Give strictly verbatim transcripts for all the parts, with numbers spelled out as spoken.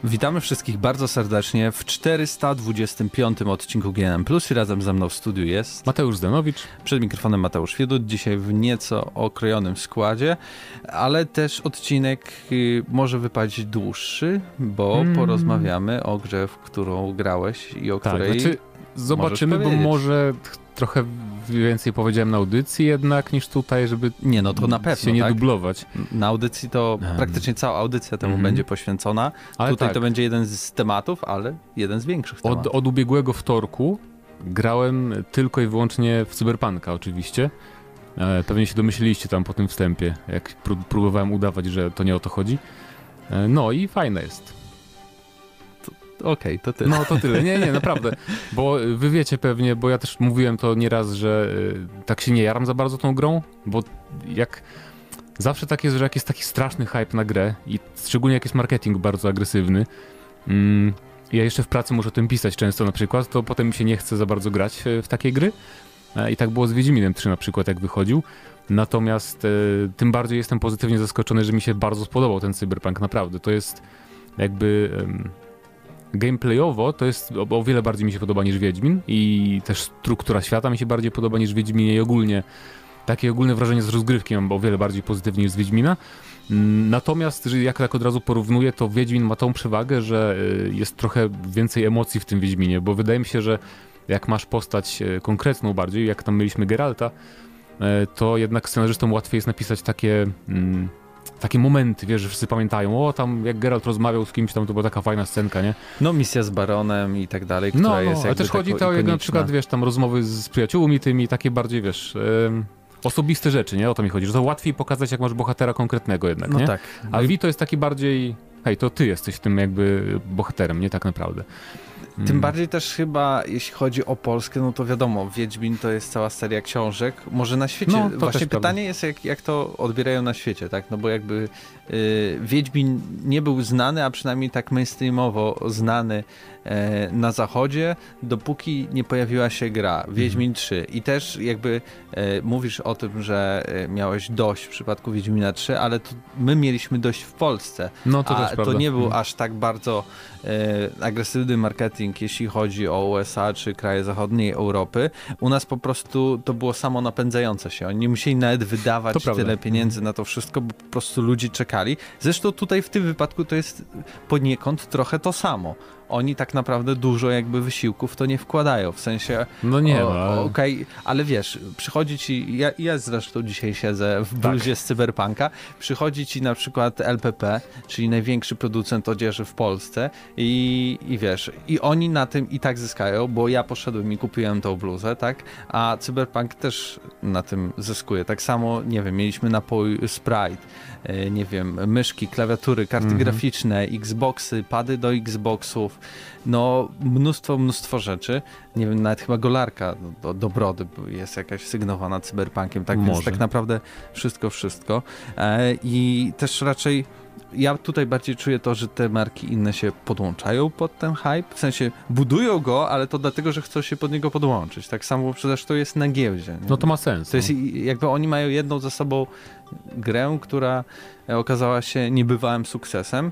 Witamy wszystkich bardzo serdecznie w czterysta dwudziestym piątym odcinku G N M plus i razem ze mną w studiu jest Mateusz Zdanowicz. Przed mikrofonem Mateusz Wiedut, dzisiaj w nieco okrojonym składzie, ale też odcinek y, może wypaść dłuższy, bo mm. porozmawiamy o grze, w którą grałeś i o tak, której znaczy, zobaczymy, bo może trochę więcej powiedziałem na audycji jednak niż tutaj, żeby nie, no to na pewno, się nie tak? dublować. Na audycji to um. praktycznie cała audycja temu mm. będzie poświęcona. Ale tutaj tak. to będzie jeden z tematów, ale jeden z większych tematów. Od, od ubiegłego wtorku grałem tylko i wyłącznie w Cyberpunka oczywiście. E, pewnie się domyśliliście tam po tym wstępie, jak pró- próbowałem udawać, że to nie o to chodzi. E, no i fajne jest. Okej, okay, to tyle. No to tyle, nie, nie, naprawdę, bo wy wiecie pewnie, bo ja też mówiłem to nieraz, że y, tak się nie jaram za bardzo tą grą, bo jak zawsze tak jest, że jak jest taki straszny hype na grę i szczególnie jak jest marketing bardzo agresywny, mm, ja jeszcze w pracy muszę o tym pisać często na przykład, to potem mi się nie chce za bardzo grać w takie gry e, i tak było z Wiedźminem trzy na przykład, jak wychodził, natomiast e, tym bardziej jestem pozytywnie zaskoczony, że mi się bardzo spodobał ten Cyberpunk, naprawdę, to jest jakby... Ym, gameplayowo to jest o, o wiele bardziej mi się podoba niż Wiedźmin i też struktura świata mi się bardziej podoba niż w Wiedźminie i ogólnie takie ogólne wrażenie z rozgrywki mam o wiele bardziej pozytywnie niż z Wiedźmina. Natomiast że jak tak od razu porównuję, to Wiedźmin ma tą przewagę, że jest trochę więcej emocji w tym Wiedźminie, bo wydaje mi się, że jak masz postać konkretną bardziej, jak tam mieliśmy Geralta, to jednak scenarzystom łatwiej jest napisać takie... Mm, takie momenty, wiesz, że wszyscy pamiętają, o tam jak Geralt rozmawiał z kimś, tam to była taka fajna scenka, nie? No misja z Baronem i tak dalej, która no, no, jest jakby ale też chodzi to o na przykład, wiesz, tam rozmowy z przyjaciółmi tymi, takie bardziej, wiesz, ym, osobiste rzeczy, nie? O to mi chodzi, że to łatwiej pokazać, jak masz bohatera konkretnego jednak, no nie? Tak. A Vi to jest taki bardziej, hej, to ty jesteś tym jakby bohaterem, nie tak naprawdę. Tym hmm. bardziej też chyba, jeśli chodzi o Polskę, no to wiadomo, Wiedźmin to jest cała seria książek. Może na świecie, no, właśnie pytanie prawda. jest, jak, jak to odbierają na świecie, tak? No bo jakby yy, Wiedźmin nie był znany, a przynajmniej tak mainstreamowo znany e, na zachodzie, dopóki nie pojawiła się gra Wiedźmin trzy. I też jakby e, mówisz o tym, że miałeś dość w przypadku Wiedźmina trzy, ale to my mieliśmy dość w Polsce. No to a też to prawda. nie był hmm. aż tak bardzo e, agresywny marketing, jeśli chodzi o U S A czy kraje zachodniej Europy. U nas po prostu to było samo napędzające się. Oni nie musieli nawet wydawać tyle pieniędzy na to wszystko, bo po prostu ludzie czekali. Zresztą tutaj w tym wypadku to jest poniekąd trochę to samo. Oni tak naprawdę dużo jakby wysiłków w to nie wkładają, w sensie no nie o, ma. Ale... okej, okay, ale wiesz, przychodzi ci, ja, ja zresztą dzisiaj siedzę w bluzie tak. z Cyberpunka, przychodzi ci na przykład L P P, czyli największy producent odzieży w Polsce i, i wiesz, i oni na tym i tak zyskają, bo ja poszedłem i kupiłem tą bluzę, tak, a Cyberpunk też na tym zyskuje. Tak samo, nie wiem, mieliśmy napój Sprite, nie wiem, myszki, klawiatury, karty mm-hmm. graficzne, Xboxy, pady do Xboxów, no mnóstwo, mnóstwo rzeczy. Nie wiem, nawet chyba golarka do, do brody jest jakaś sygnowana Cyberpunkiem, tak Może. Więc tak naprawdę wszystko, wszystko. E, I też raczej ja tutaj bardziej czuję to, że te marki inne się podłączają pod ten hype, w sensie budują go, ale to dlatego, że chcą się pod niego podłączyć. Tak samo przecież to jest na giełdzie. Nie? No to ma sens. To jest jakby oni mają jedną ze sobą grę, która okazała się niebywałym sukcesem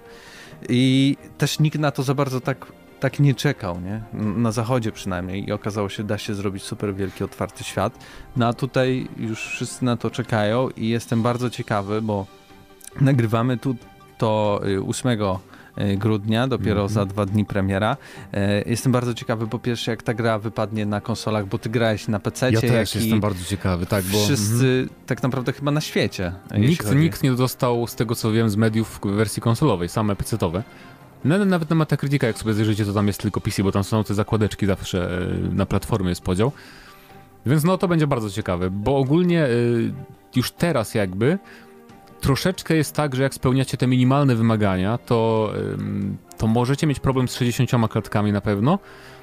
i też nikt na to za bardzo tak, tak nie czekał, nie? Na zachodzie przynajmniej i okazało się, da się zrobić super wielki, otwarty świat. No a tutaj już wszyscy na to czekają i jestem bardzo ciekawy, bo nagrywamy tu to ósmego grudnia, dopiero mm-hmm. za dwa dni premiera. Jestem bardzo ciekawy, po pierwsze, jak ta gra wypadnie na konsolach, bo ty grałeś na pececie. Ja też jestem bardzo ciekawy, tak, bo... Wszyscy mm-hmm. tak naprawdę chyba na świecie. Nikt, nikt nie dostał, z tego co wiem, z mediów w wersji konsolowej, same pecetowe. Nawet na Metacritica, jak sobie zajrzycie, to tam jest tylko P C, bo tam są te zakładeczki zawsze, na platformie jest podział. Więc no to będzie bardzo ciekawe, bo ogólnie już teraz jakby troszeczkę jest tak, że jak spełniacie te minimalne wymagania, to, to możecie mieć problem z sześćdziesięcioma klatkami na pewno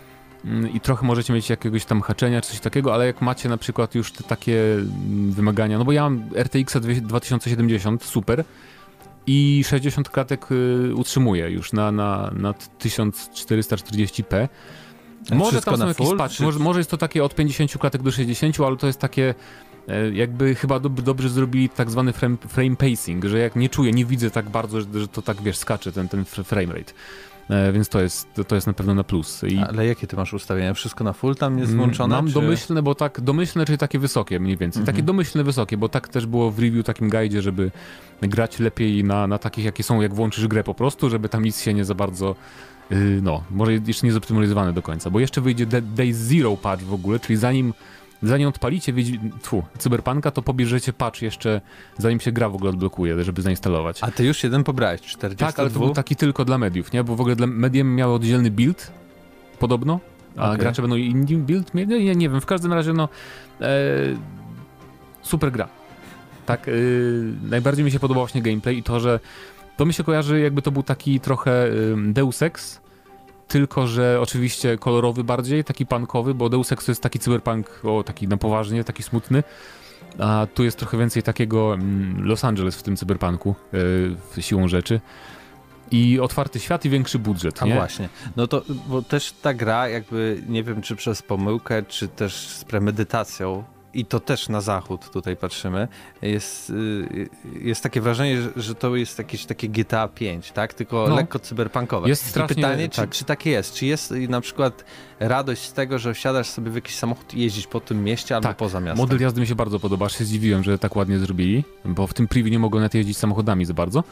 i trochę możecie mieć jakiegoś tam haczenia czy coś takiego, ale jak macie na przykład już te takie wymagania, no bo ja mam R T X dwa tysiące siedemdziesiąt, super, i sześćdziesiąt klatek utrzymuję już na, na, na tysiąc czterysta czterdzieści p. Może tam są jakieś patchy, czy... może, może jest to takie od pięćdziesięciu klatek do sześćdziesięciu, ale to jest takie jakby chyba dob- dobrze zrobili tak zwany frame, frame pacing, że jak nie czuję, nie widzę tak bardzo, że, że to tak, wiesz, skacze ten, ten frame rate. e, więc to jest, to jest na pewno na plus. I ale jakie ty masz ustawienia? Wszystko na full tam jest włączone? Mam czy... domyślne, bo tak, domyślne, czyli takie wysokie mniej więcej. Mhm. Takie domyślne wysokie, bo tak też było w review, takim guidzie, żeby grać lepiej na, na takich, jakie są, jak włączysz grę po prostu, żeby tam nic się nie za bardzo, yy, no, może jeszcze nie zoptymalizowane do końca, bo jeszcze wyjdzie Day Zero patch w ogóle, czyli zanim zanim odpalicie tfu, Cyberpunka, to pobierzecie patch jeszcze, zanim się gra w ogóle odblokuje, żeby zainstalować. A ty już jeden pobrałeś, czterdzieści dwa? Tak, ale to był taki tylko dla mediów, nie? Bo w ogóle dla medium miały oddzielny build, podobno, a okay. gracze będą inny build mieli? Nie, nie wiem, w każdym razie, no, e, super gra. Tak, e, najbardziej mi się podobał właśnie gameplay i to, że to mi się kojarzy, jakby to był taki trochę e, Deus Ex, tylko że oczywiście kolorowy bardziej, taki punkowy, bo Deus Ex to jest taki cyberpunk, o, taki na poważnie, taki smutny, a tu jest trochę więcej takiego mm, Los Angeles w tym cyberpunku, e, siłą rzeczy. I otwarty świat i większy budżet, nie? A właśnie. No to, bo też ta gra jakby, nie wiem czy przez pomyłkę, czy też z premedytacją, i to też na zachód tutaj patrzymy, jest, jest takie wrażenie, że, że to jest jakieś takie G T A pięć, tak? Tylko no, lekko cyberpunkowe. Jest strasznie, I pytanie, czy, tak. czy takie jest? Czy jest na przykład radość z tego, że wsiadasz sobie w jakiś samochód i jeździć po tym mieście albo tak. poza miastem? Model jazdy mi się bardzo podoba, aż się zdziwiłem, że tak ładnie zrobili, bo w tym preview nie mogą nawet jeździć samochodami za bardzo.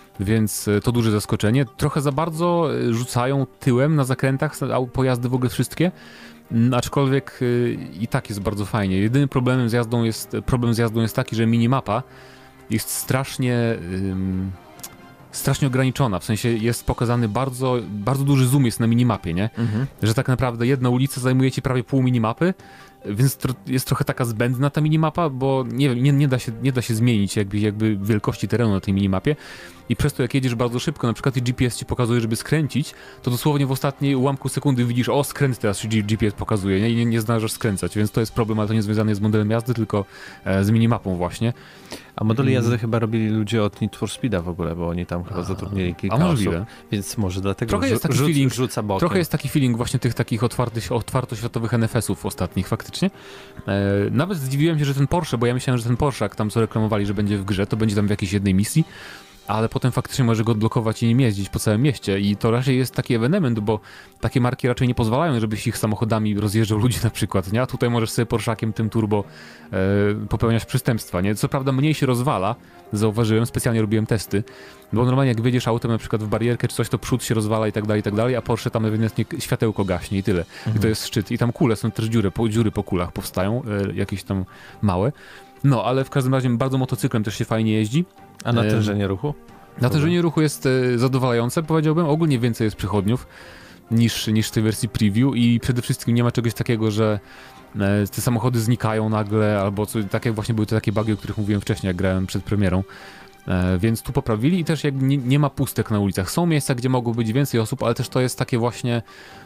Więc to duże zaskoczenie. Trochę za bardzo rzucają tyłem na zakrętach pojazdy w ogóle wszystkie, aczkolwiek i tak jest bardzo fajnie. Jedynym problemem z jazdą jest, problem z jazdą jest taki, że minimapa jest strasznie um, strasznie ograniczona, w sensie jest pokazany bardzo, bardzo duży zoom jest na minimapie, nie? Mhm. Że tak naprawdę jedna ulica zajmuje ci prawie pół minimapy, więc tro, jest trochę taka zbędna ta minimapa, bo nie, nie, nie, da, się, nie da się zmienić jakby, jakby wielkości terenu na tej minimapie i przez to jak jedziesz bardzo szybko, na przykład i G P S ci pokazuje, żeby skręcić, to dosłownie w ostatniej ułamku sekundy widzisz, o skręt teraz ci G P S pokazuje, nie? I nie, nie zdążysz skręcać, więc to jest problem, ale to nie związane jest z modelem jazdy, tylko e, z minimapą właśnie. A modele jazdy hmm. chyba robili ludzie od Need for Speeda w ogóle, bo oni tam chyba zatrudnili kilka a możliwe. osób, więc może dlatego trochę jest taki rzu- feeling, rzuca bokiem. Trochę jest taki feeling właśnie tych takich otwartych, otwartoświatowych N F S-ów ostatnich faktycznie. E, nawet zdziwiłem się, że ten Porsche, bo ja myślałem, że ten Porsche, jak tam co reklamowali, że będzie w grze, to będzie tam w jakiejś jednej misji, ale potem faktycznie może go odblokować i nim jeździć po całym mieście i to raczej jest taki ewenement, bo takie marki raczej nie pozwalają, żebyś ich samochodami rozjeżdżał ludzi na przykład, nie? A tutaj możesz sobie Porszakiem tym turbo e, popełniać przestępstwa, nie? Co prawda mniej się rozwala, zauważyłem, specjalnie robiłem testy, bo normalnie jak wyjedziesz autem na przykład w barierkę czy coś, to przód się rozwala i tak dalej, i tak dalej, a Porsche tam ewidentnie światełko gaśnie i tyle. Mhm. I to jest szczyt. I tam kule, są też dziury po, dziury po kulach powstają, e, jakieś tam małe. No, ale w każdym razie bardzo motocyklem też się fajnie jeździ. A natężenie ruchu? Natężenie ruchu jest e, zadowalające, powiedziałbym. Ogólnie więcej jest przychodniów niż, niż w tej wersji preview i przede wszystkim nie ma czegoś takiego, że e, te samochody znikają nagle, albo co, tak jak właśnie były te takie bugi, o których mówiłem wcześniej, jak grałem przed premierą. E, więc tu poprawili i też jak nie, nie ma pustek na ulicach. Są miejsca, gdzie mogło być więcej osób, ale też to jest takie właśnie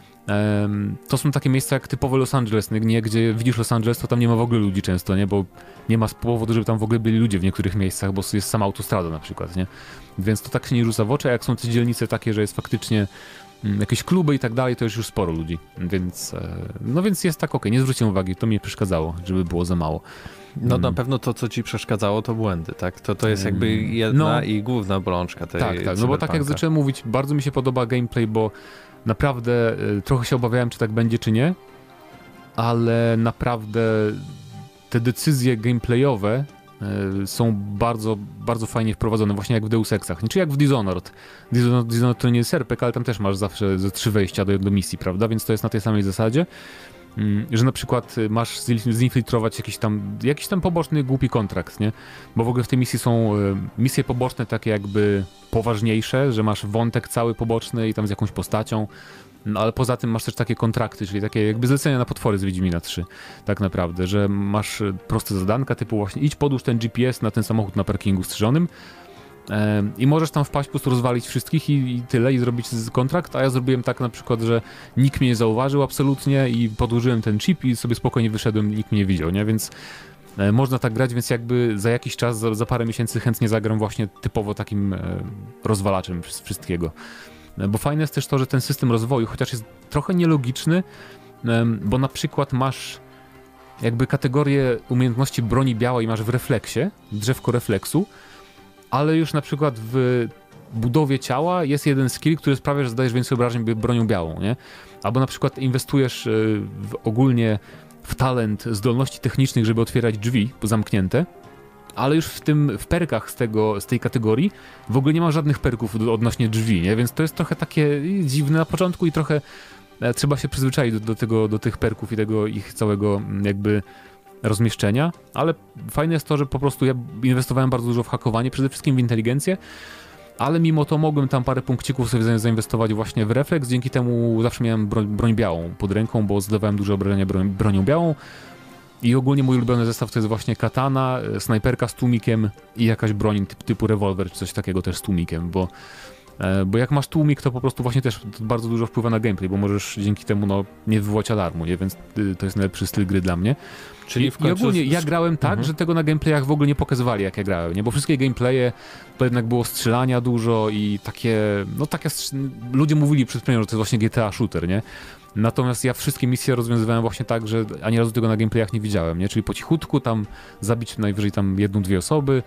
Um, to są takie miejsca jak typowy Los Angeles, nie? Gdzie widzisz Los Angeles, to tam nie ma w ogóle ludzi często, nie? Bo nie ma powodu, żeby tam w ogóle byli ludzie w niektórych miejscach, bo jest sama autostrada na przykład, nie? Więc to tak się nie rzuca w oczy, a jak są te dzielnice takie, że jest faktycznie um, jakieś kluby i tak dalej, to już już sporo ludzi, więc e, no więc jest tak okej, okay. Nie zwróciłem uwagi, to mi przeszkadzało, żeby było za mało. No na pewno to, co ci przeszkadzało, to błędy, tak? To, to jest jakby jedna no, i główna bolączka tej Tak, tak, no bo tak jak zacząłem mówić, bardzo mi się podoba gameplay, bo naprawdę y, trochę się obawiałem, czy tak będzie, czy nie, ale naprawdę te decyzje gameplayowe y, są bardzo, bardzo fajnie wprowadzone, właśnie jak w Deus Exach, czy jak w Dishonored. Dishonored, Dishonored to nie jest R P G, ale tam też masz zawsze ze trzy wejścia do, do misji, prawda, więc to jest na tej samej zasadzie. Że na przykład masz zinfiltrować jakiś tam, jakiś tam poboczny, głupi kontrakt, nie? Bo w ogóle w tej misji są misje poboczne takie jakby poważniejsze, że masz wątek cały poboczny i tam z jakąś postacią, no ale poza tym masz też takie kontrakty, czyli takie jakby zlecenia na potwory z Wiedźmina trzy, tak naprawdę, że masz proste zadanka typu właśnie idź podłóż ten G P S na ten samochód na parkingu strzeżonym i możesz tam wpaść, po prostu rozwalić wszystkich i, i tyle, i zrobić kontrakt, a ja zrobiłem tak na przykład, że nikt mnie nie zauważył absolutnie i podłożyłem ten chip i sobie spokojnie wyszedłem, nikt mnie nie widział, nie, więc e, można tak grać, więc jakby za jakiś czas, za, za parę miesięcy chętnie zagram właśnie typowo takim e, rozwalaczem wszystkiego, e, bo fajne jest też to, że ten system rozwoju, chociaż jest trochę nielogiczny, e, bo na przykład masz jakby kategorię umiejętności broni białej masz w refleksie, drzewko refleksu, ale już na przykład w budowie ciała jest jeden skill, który sprawia, że zdajesz więcej obrażeń bronią białą, nie? Albo na przykład inwestujesz w, ogólnie w talent zdolności technicznych, żeby otwierać drzwi zamknięte, ale już w tym, w perkach z, tego, z tej kategorii w ogóle nie ma żadnych perków odnośnie drzwi, nie? Więc to jest trochę takie dziwne na początku i trochę e, trzeba się przyzwyczaić do, do, tego, do tych perków i tego ich całego jakby rozmieszczenia, ale fajne jest to, że po prostu ja inwestowałem bardzo dużo w hakowanie, przede wszystkim w inteligencję, ale mimo to mogłem tam parę punkcików sobie zainwestować właśnie w refleks, dzięki temu zawsze miałem broń, broń białą pod ręką, bo zdawałem duże obrażenia broń, bronią białą i ogólnie mój ulubiony zestaw to jest właśnie katana, snajperka z tłumikiem i jakaś broń typ, typu rewolwer czy coś takiego też z tłumikiem, bo Bo jak masz tłumik, to po prostu właśnie też bardzo dużo wpływa na gameplay, bo możesz dzięki temu no, nie wywołać alarmu, nie? Więc to jest najlepszy styl gry dla mnie. Czyli w końcu... I ogólnie ja grałem tak, mhm. że tego na gameplayach w ogóle nie pokazywali, jak ja grałem, nie? Bo wszystkie gameplaye to jednak było strzelania dużo i takie, no takie, ludzie mówili przed premierą, że to jest właśnie G T A shooter, nie? Natomiast ja wszystkie misje rozwiązywałem właśnie tak, że ani razu tego na gameplayach nie widziałem, nie? Czyli po cichutku tam zabić najwyżej tam jedną, dwie osoby,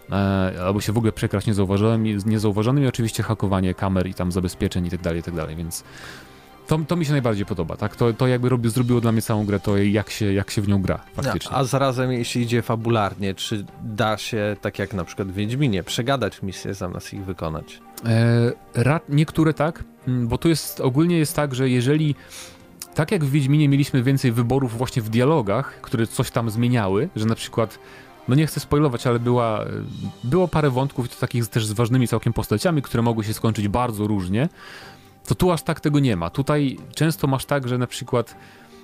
albo się w ogóle przekraść niezauważonym, niezauważonym i oczywiście hakowanie kamer i tam zabezpieczeń i tak dalej, i tak dalej, więc to, to mi się najbardziej podoba, tak? To, to jakby robi, zrobiło dla mnie całą grę, to jak się, jak się w nią gra faktycznie. A, a zarazem jeśli idzie fabularnie, czy da się, tak jak na przykład w Wiedźminie, przegadać misje zamiast ich wykonać? E, rad, niektóre tak, bo tu jest, ogólnie jest tak, że jeżeli tak jak w Wiedźminie mieliśmy więcej wyborów właśnie w dialogach, które coś tam zmieniały, że na przykład no nie chcę spoilować, ale była, było parę wątków, to takich też z ważnymi całkiem postaciami, które mogły się skończyć bardzo różnie, to tu aż tak tego nie ma. Tutaj często masz tak, że na przykład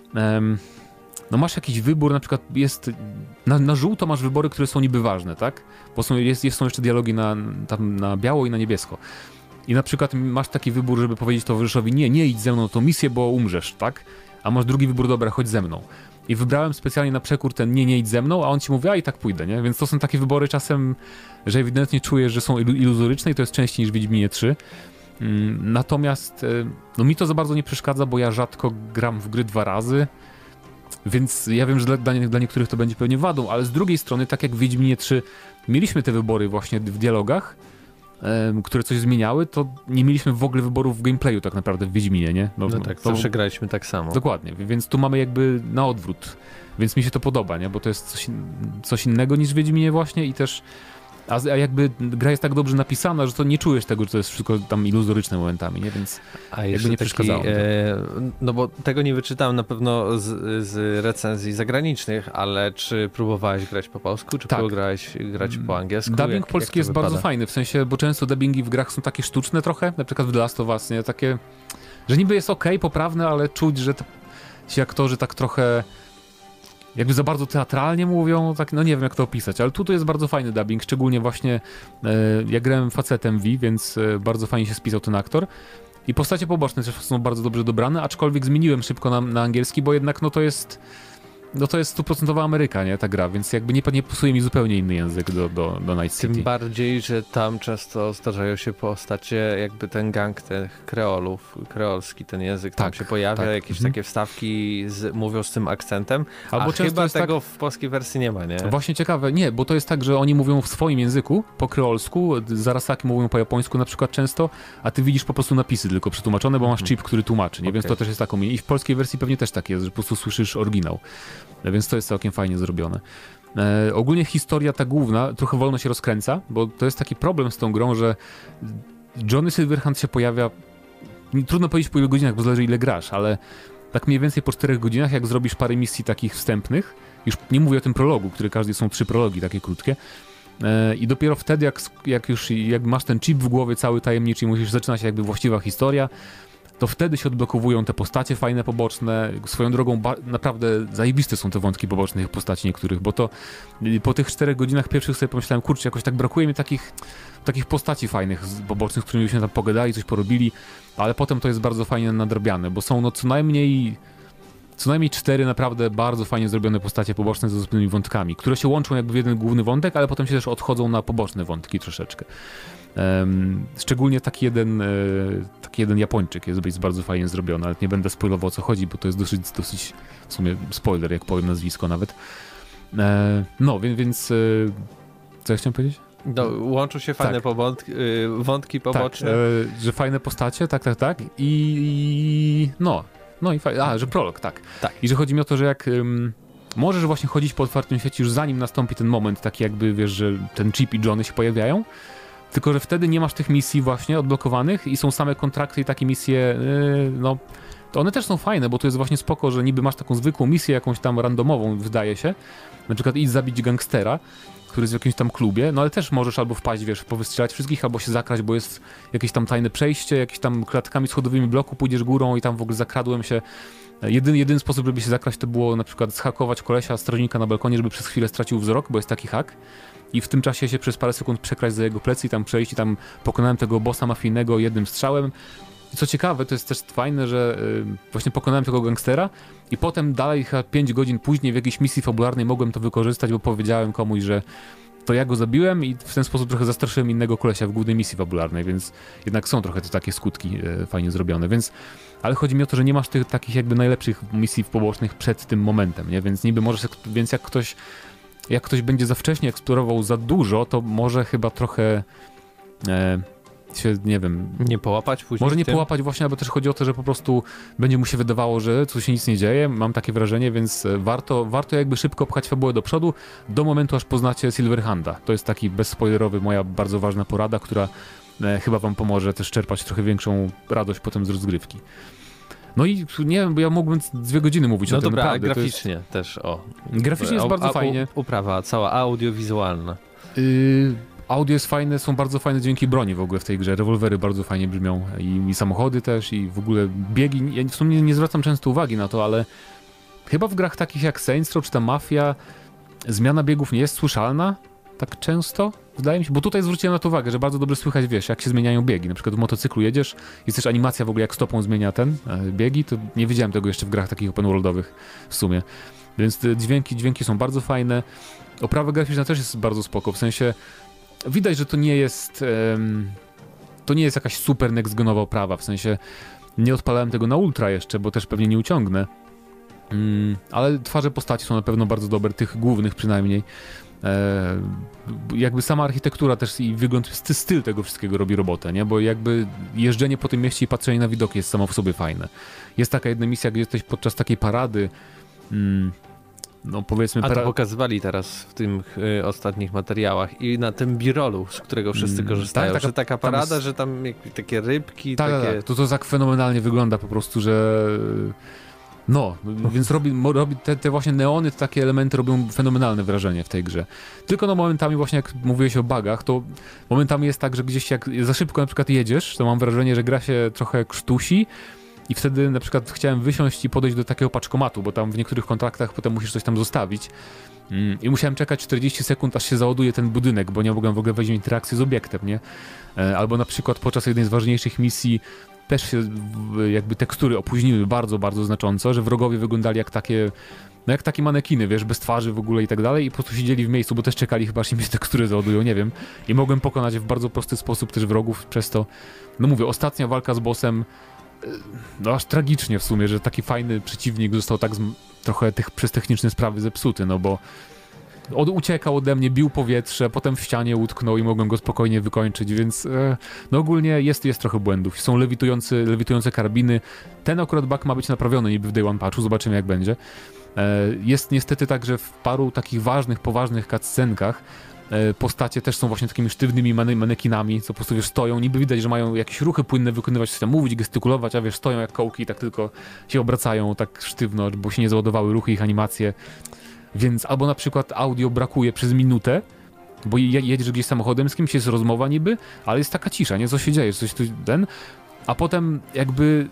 um, no masz jakiś wybór, na przykład jest na, na żółto masz wybory, które są niby ważne, tak? Bo są, jest, jest, są jeszcze dialogi na, tam na biało i na niebiesko. I na przykład masz taki wybór, żeby powiedzieć towarzyszowi, nie, nie idź ze mną na tą misję, bo umrzesz, tak? A masz drugi wybór, dobra, chodź ze mną. I wybrałem specjalnie na przekór ten nie, nie idź ze mną, a on ci mówi, a i tak pójdę, nie? Więc to są takie wybory czasem, że ewidentnie czujesz, że są iluzoryczne i to jest częściej niż w Wiedźminie trzy. Mm, natomiast no mi to za bardzo nie przeszkadza, bo ja rzadko gram w gry dwa razy, więc ja wiem, że dla, dla, dla niektórych to będzie pewnie wadą, ale z drugiej strony, tak jak w Wiedźminie trzy mieliśmy te wybory właśnie w dialogach, które coś zmieniały, to nie mieliśmy w ogóle wyborów w gameplayu tak naprawdę w Wiedźminie, nie? No, no tak, to zawsze graliśmy tak samo. Dokładnie, więc tu mamy jakby na odwrót, więc mi się to podoba, nie? Bo to jest coś, coś innego niż w Wiedźminie właśnie i też a, a jakby gra jest tak dobrze napisana, że to nie czujesz tego, że to jest wszystko tam iluzoryczne momentami, nie? Więc a jakby nie przeszkadzało. E, no bo tego nie wyczytałem na pewno z, z recenzji zagranicznych, ale czy próbowałeś grać po polsku, czy tak. próbowałeś grać po angielsku? Dubbing jak, polski jak jest wypada? bardzo fajny, w sensie, bo często dubbingi w grach są takie sztuczne trochę, na przykład w The Last of Us, nie? Takie, że niby jest okej, okay, poprawne, ale czuć, że to, ci aktorzy tak trochę jakby za bardzo teatralnie mówią, tak, no nie wiem jak to opisać, ale tu to jest bardzo fajny dubbing, szczególnie właśnie e, ja grałem facetem V, więc e, bardzo fajnie się spisał ten aktor i postacie poboczne też są bardzo dobrze dobrane, aczkolwiek zmieniłem szybko na, na angielski, bo jednak no to jest no to jest stuprocentowa Ameryka, nie, ta gra, więc jakby nie, nie pasuje mi zupełnie inny język do, do, do Night City. Tym bardziej, że tam często zdarzają się postacie, jakby ten gang tych kreolów, kreolski ten język tam tak, się pojawia, tak. jakieś mhm. takie wstawki z, mówią z tym akcentem, Albo a chyba tego tak... w polskiej wersji nie ma, nie? Właśnie ciekawe, nie, bo to jest tak, że oni mówią w swoim języku, po kreolsku, Zarasaki mówią po japońsku na przykład często, a ty widzisz po prostu napisy tylko przetłumaczone, bo masz chip, który tłumaczy, nie? Okay. Więc to też jest taką, i w polskiej wersji pewnie też tak jest, że po prostu słyszysz oryginał. Więc to jest całkiem fajnie zrobione. E, ogólnie historia ta główna trochę wolno się rozkręca, bo to jest taki problem z tą grą, że Johnny Silverhand się pojawia, trudno powiedzieć po ilu godzinach, bo zależy ile grasz, ale tak mniej więcej po czterech godzinach, jak zrobisz parę misji takich wstępnych, już nie mówię o tym prologu, który każdy są trzy prologi takie krótkie, e, i dopiero wtedy, jak, jak już jak masz ten chip w głowie cały tajemniczy i musisz zaczynać jakby właściwa historia, to wtedy się odblokowują te postacie fajne, poboczne. Swoją drogą naprawdę zajebiste są te wątki pobocznych postaci niektórych, bo to po tych czterech godzinach pierwszych sobie pomyślałem, kurczę, jakoś tak brakuje mi takich, takich postaci fajnych, pobocznych, z którymi byśmy tam pogadali, coś porobili, ale potem to jest bardzo fajnie nadrabiane, bo są no co najmniej co najmniej cztery naprawdę bardzo fajnie zrobione postacie poboczne z osobnymi wątkami, które się łączą jakby w jeden główny wątek, ale potem się też odchodzą na poboczne wątki troszeczkę. Um, szczególnie taki jeden, e, taki jeden Japończyk jest, jest bardzo fajnie zrobiony, ale nie będę spoilował o co chodzi, bo to jest dosyć, dosyć w sumie spoiler, jak powiem nazwisko nawet. E, no, więc, więc e, co ja chciałem powiedzieć? No, łączą się fajne tak. powątki, y, wątki poboczne. Tak, e, że fajne postacie, tak, tak, tak. I, i no, no i fajnie. A, że prolog, tak. Tak. I że chodzi mi o to, że jak ym, możesz właśnie chodzić po otwartym świecie już zanim nastąpi ten moment, taki jakby, wiesz, że ten Chip i Johnny się pojawiają, tylko że wtedy nie masz tych misji właśnie odblokowanych i są same kontrakty i takie misje, yy, no, to one też są fajne, bo to jest właśnie spoko, że niby masz taką zwykłą misję, jakąś tam randomową, wydaje się, na przykład idź zabić gangstera, który jest w jakimś tam klubie, no ale też możesz albo wpaść, wiesz, powystrzelać wszystkich, albo się zakraść, bo jest jakieś tam tajne przejście, jakieś tam klatkami schodowymi bloku, pójdziesz górą i tam w ogóle zakradłem się. Jedyny, jedyny sposób, żeby się zakraść, to było na przykład zhakować kolesia, strażnika na balkonie, żeby przez chwilę stracił wzrok, bo jest taki hak. I w tym czasie się przez parę sekund przekraść za jego plecy i tam przejść i tam pokonałem tego bossa mafijnego jednym strzałem. I co ciekawe, to jest też fajne, że yy, właśnie pokonałem tego gangstera i potem dalej chyba pięć godzin później w jakiejś misji fabularnej mogłem to wykorzystać, bo powiedziałem komuś, że to ja go zabiłem i w ten sposób trochę zastraszyłem innego kolesia w głównej misji fabularnej, więc jednak są trochę te takie skutki yy, fajnie zrobione, więc ale chodzi mi o to, że nie masz tych takich jakby najlepszych misji pobocznych przed tym momentem, nie? Więc niby możesz, więc jak ktoś jak ktoś będzie za wcześnie eksplorował za dużo, to może chyba trochę e, się, nie wiem... Nie połapać później? Może nie tym? połapać właśnie, albo też chodzi o to, że po prostu będzie mu się wydawało, że tu się nic nie dzieje, mam takie wrażenie, więc warto, warto jakby szybko pchać fabułę do przodu, do momentu aż poznacie Silverhanda. To jest taki bezspoilerowy, moja bardzo ważna porada, która e, chyba wam pomoże też czerpać trochę większą radość potem z rozgrywki. No i nie wiem, bo ja mógłbym dwie godziny mówić no o tym dobra, naprawdę. a graficznie jest... też, o. Graficznie jest a, bardzo a, fajnie. Uprawa cała audiowizualna. Yy, audio jest fajne, są bardzo fajne dźwięki broni w ogóle w tej grze. Rewolwery bardzo fajnie brzmią i, i samochody też i w ogóle biegi. Ja w sumie nie zwracam często uwagi na to, ale chyba w grach takich jak Saints Row czy ta Mafia zmiana biegów nie jest słyszalna tak często, wydaje mi się, bo tutaj zwróciłem na to uwagę, że bardzo dobrze słychać, wiesz, jak się zmieniają biegi. Na przykład w motocyklu jedziesz, jest też animacja w ogóle jak stopą zmienia ten e, biegi, to nie widziałem tego jeszcze w grach takich open worldowych w sumie. Więc te dźwięki, dźwięki są bardzo fajne. Oprawa graficzna też jest bardzo spoko, w sensie widać, że to nie jest um, to nie jest jakaś super next-genowa oprawa, w sensie nie odpalałem tego na ultra jeszcze, bo też pewnie nie uciągnę. Mm, ale twarze postaci są na pewno bardzo dobre, tych głównych przynajmniej. E, jakby sama architektura też i wygląd, styl tego wszystkiego robi robotę, nie? Bo jakby jeżdżenie po tym mieście i patrzenie na widoki jest samo w sobie fajne. Jest taka jedna misja, gdzie jesteś podczas takiej parady, mm, no powiedzmy... A to para... pokazywali teraz w tych y, ostatnich materiałach i na tym birolu, z którego wszyscy Mm, korzystają, tak, taka- że taka parada, jest- że tam jak, takie rybki, Tak, takie... tak, to to tak fenomenalnie wygląda po prostu, że... No, więc robi, mo- robi te, te właśnie neony, te takie elementy robią fenomenalne wrażenie w tej grze. Tylko no momentami właśnie jak mówiłeś o bugach, to momentami jest tak, że gdzieś jak za szybko na przykład jedziesz, to mam wrażenie, że gra się trochę krztusi i wtedy na przykład chciałem wysiąść i podejść do takiego paczkomatu, bo tam w niektórych kontraktach potem musisz coś tam zostawić. Mm, I musiałem czekać czterdzieści sekund, aż się załaduje ten budynek, bo nie mogłem w ogóle wejść w interakcję z obiektem, nie? E, Albo na przykład podczas jednej z ważniejszych misji też się w- jakby tekstury opóźniły bardzo, bardzo znacząco, że wrogowie wyglądali jak takie, no jak takie manekiny, wiesz, bez twarzy w ogóle i tak dalej i po prostu siedzieli w miejscu, bo też czekali chyba, aż im się tekstury załadują, nie wiem. I mogłem pokonać w bardzo prosty sposób też wrogów przez to. No mówię, ostatnia walka z bossem, y, no aż tragicznie w sumie, że taki fajny przeciwnik został tak z, trochę tych, przez techniczne sprawy zepsuty, no bo od, uciekał ode mnie, bił powietrze, potem w ścianie utknął i mogłem go spokojnie wykończyć, więc e, no ogólnie jest, jest trochę błędów. Są lewitujący, lewitujące karabiny. Ten akurat bug ma być naprawiony niby w Day One Patchu, zobaczymy jak będzie. E, jest niestety tak, że w paru takich ważnych, poważnych cutscenkach e, postacie też są właśnie takimi sztywnymi mane manekinami, co po prostu wiesz, stoją, niby widać, że mają jakieś ruchy płynne wykonywać, coś tam mówić, gestykulować, a wiesz, stoją jak kołki i tak tylko się obracają tak sztywno, bo się nie załadowały ruchy, ich animacje. Więc albo na przykład audio brakuje przez minutę, bo je- jedziesz gdzieś samochodem, z kimś jest rozmowa niby, ale jest taka cisza, nie? Co się dzieje? Coś tu ten, a potem jakby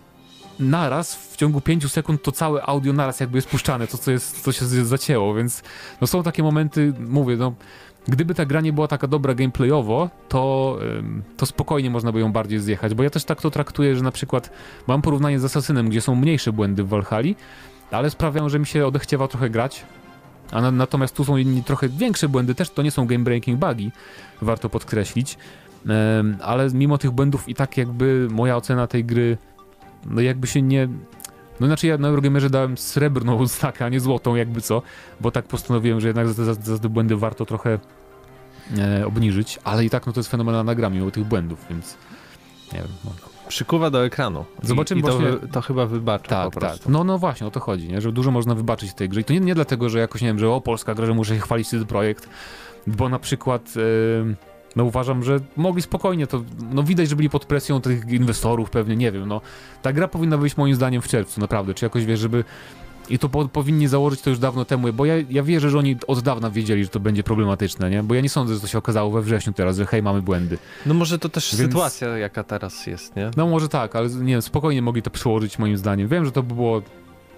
naraz w ciągu pięciu sekund to całe audio naraz jakby jest puszczane, to co jest, co się z- zacięło, więc no są takie momenty, mówię, no gdyby ta gra nie była taka dobra gameplayowo, to, ym, to spokojnie można by ją bardziej zjechać, bo ja też tak to traktuję, że na przykład mam porównanie z Assassinem, gdzie są mniejsze błędy w Valhalli, ale sprawiają, że mi się odechciewa trochę grać. A na, natomiast tu są inni trochę większe błędy, też to nie są game breaking bugi, warto podkreślić, um, ale mimo tych błędów i tak jakby moja ocena tej gry, no jakby się nie, no inaczej ja na Eurogamerze dałem srebrną odznakę, a nie złotą jakby co, bo tak postanowiłem, że jednak za, za, za te błędy warto trochę e, obniżyć, ale i tak no to jest fenomenalna gra mimo tych błędów, więc nie wiem. No. Przykuwa do ekranu. Zobaczymy I, i to, właśnie... wy, to chyba wybaczy tak, po prostu. Tak. No, no właśnie, o to chodzi, nie? Że dużo można wybaczyć w tej grze i to nie, nie dlatego, że jakoś, nie wiem, że o, polska gra, że muszę się chwalić ten projekt, bo na przykład... E, no uważam, że mogli spokojnie to, no widać, że byli pod presją tych inwestorów pewnie, nie wiem, no. Ta gra powinna wyjść moim zdaniem w czerwcu, naprawdę, czy jakoś, wiesz, żeby... I to po, powinni założyć to już dawno temu, bo ja, ja wierzę, że oni od dawna wiedzieli, że to będzie problematyczne, nie? Bo ja nie sądzę, że to się okazało we wrześniu teraz, że hej, mamy błędy. No może to też Więc... sytuacja, jaka teraz jest, nie? No może tak, ale nie wiem, spokojnie mogli to przełożyć moim zdaniem. Wiem, że to by było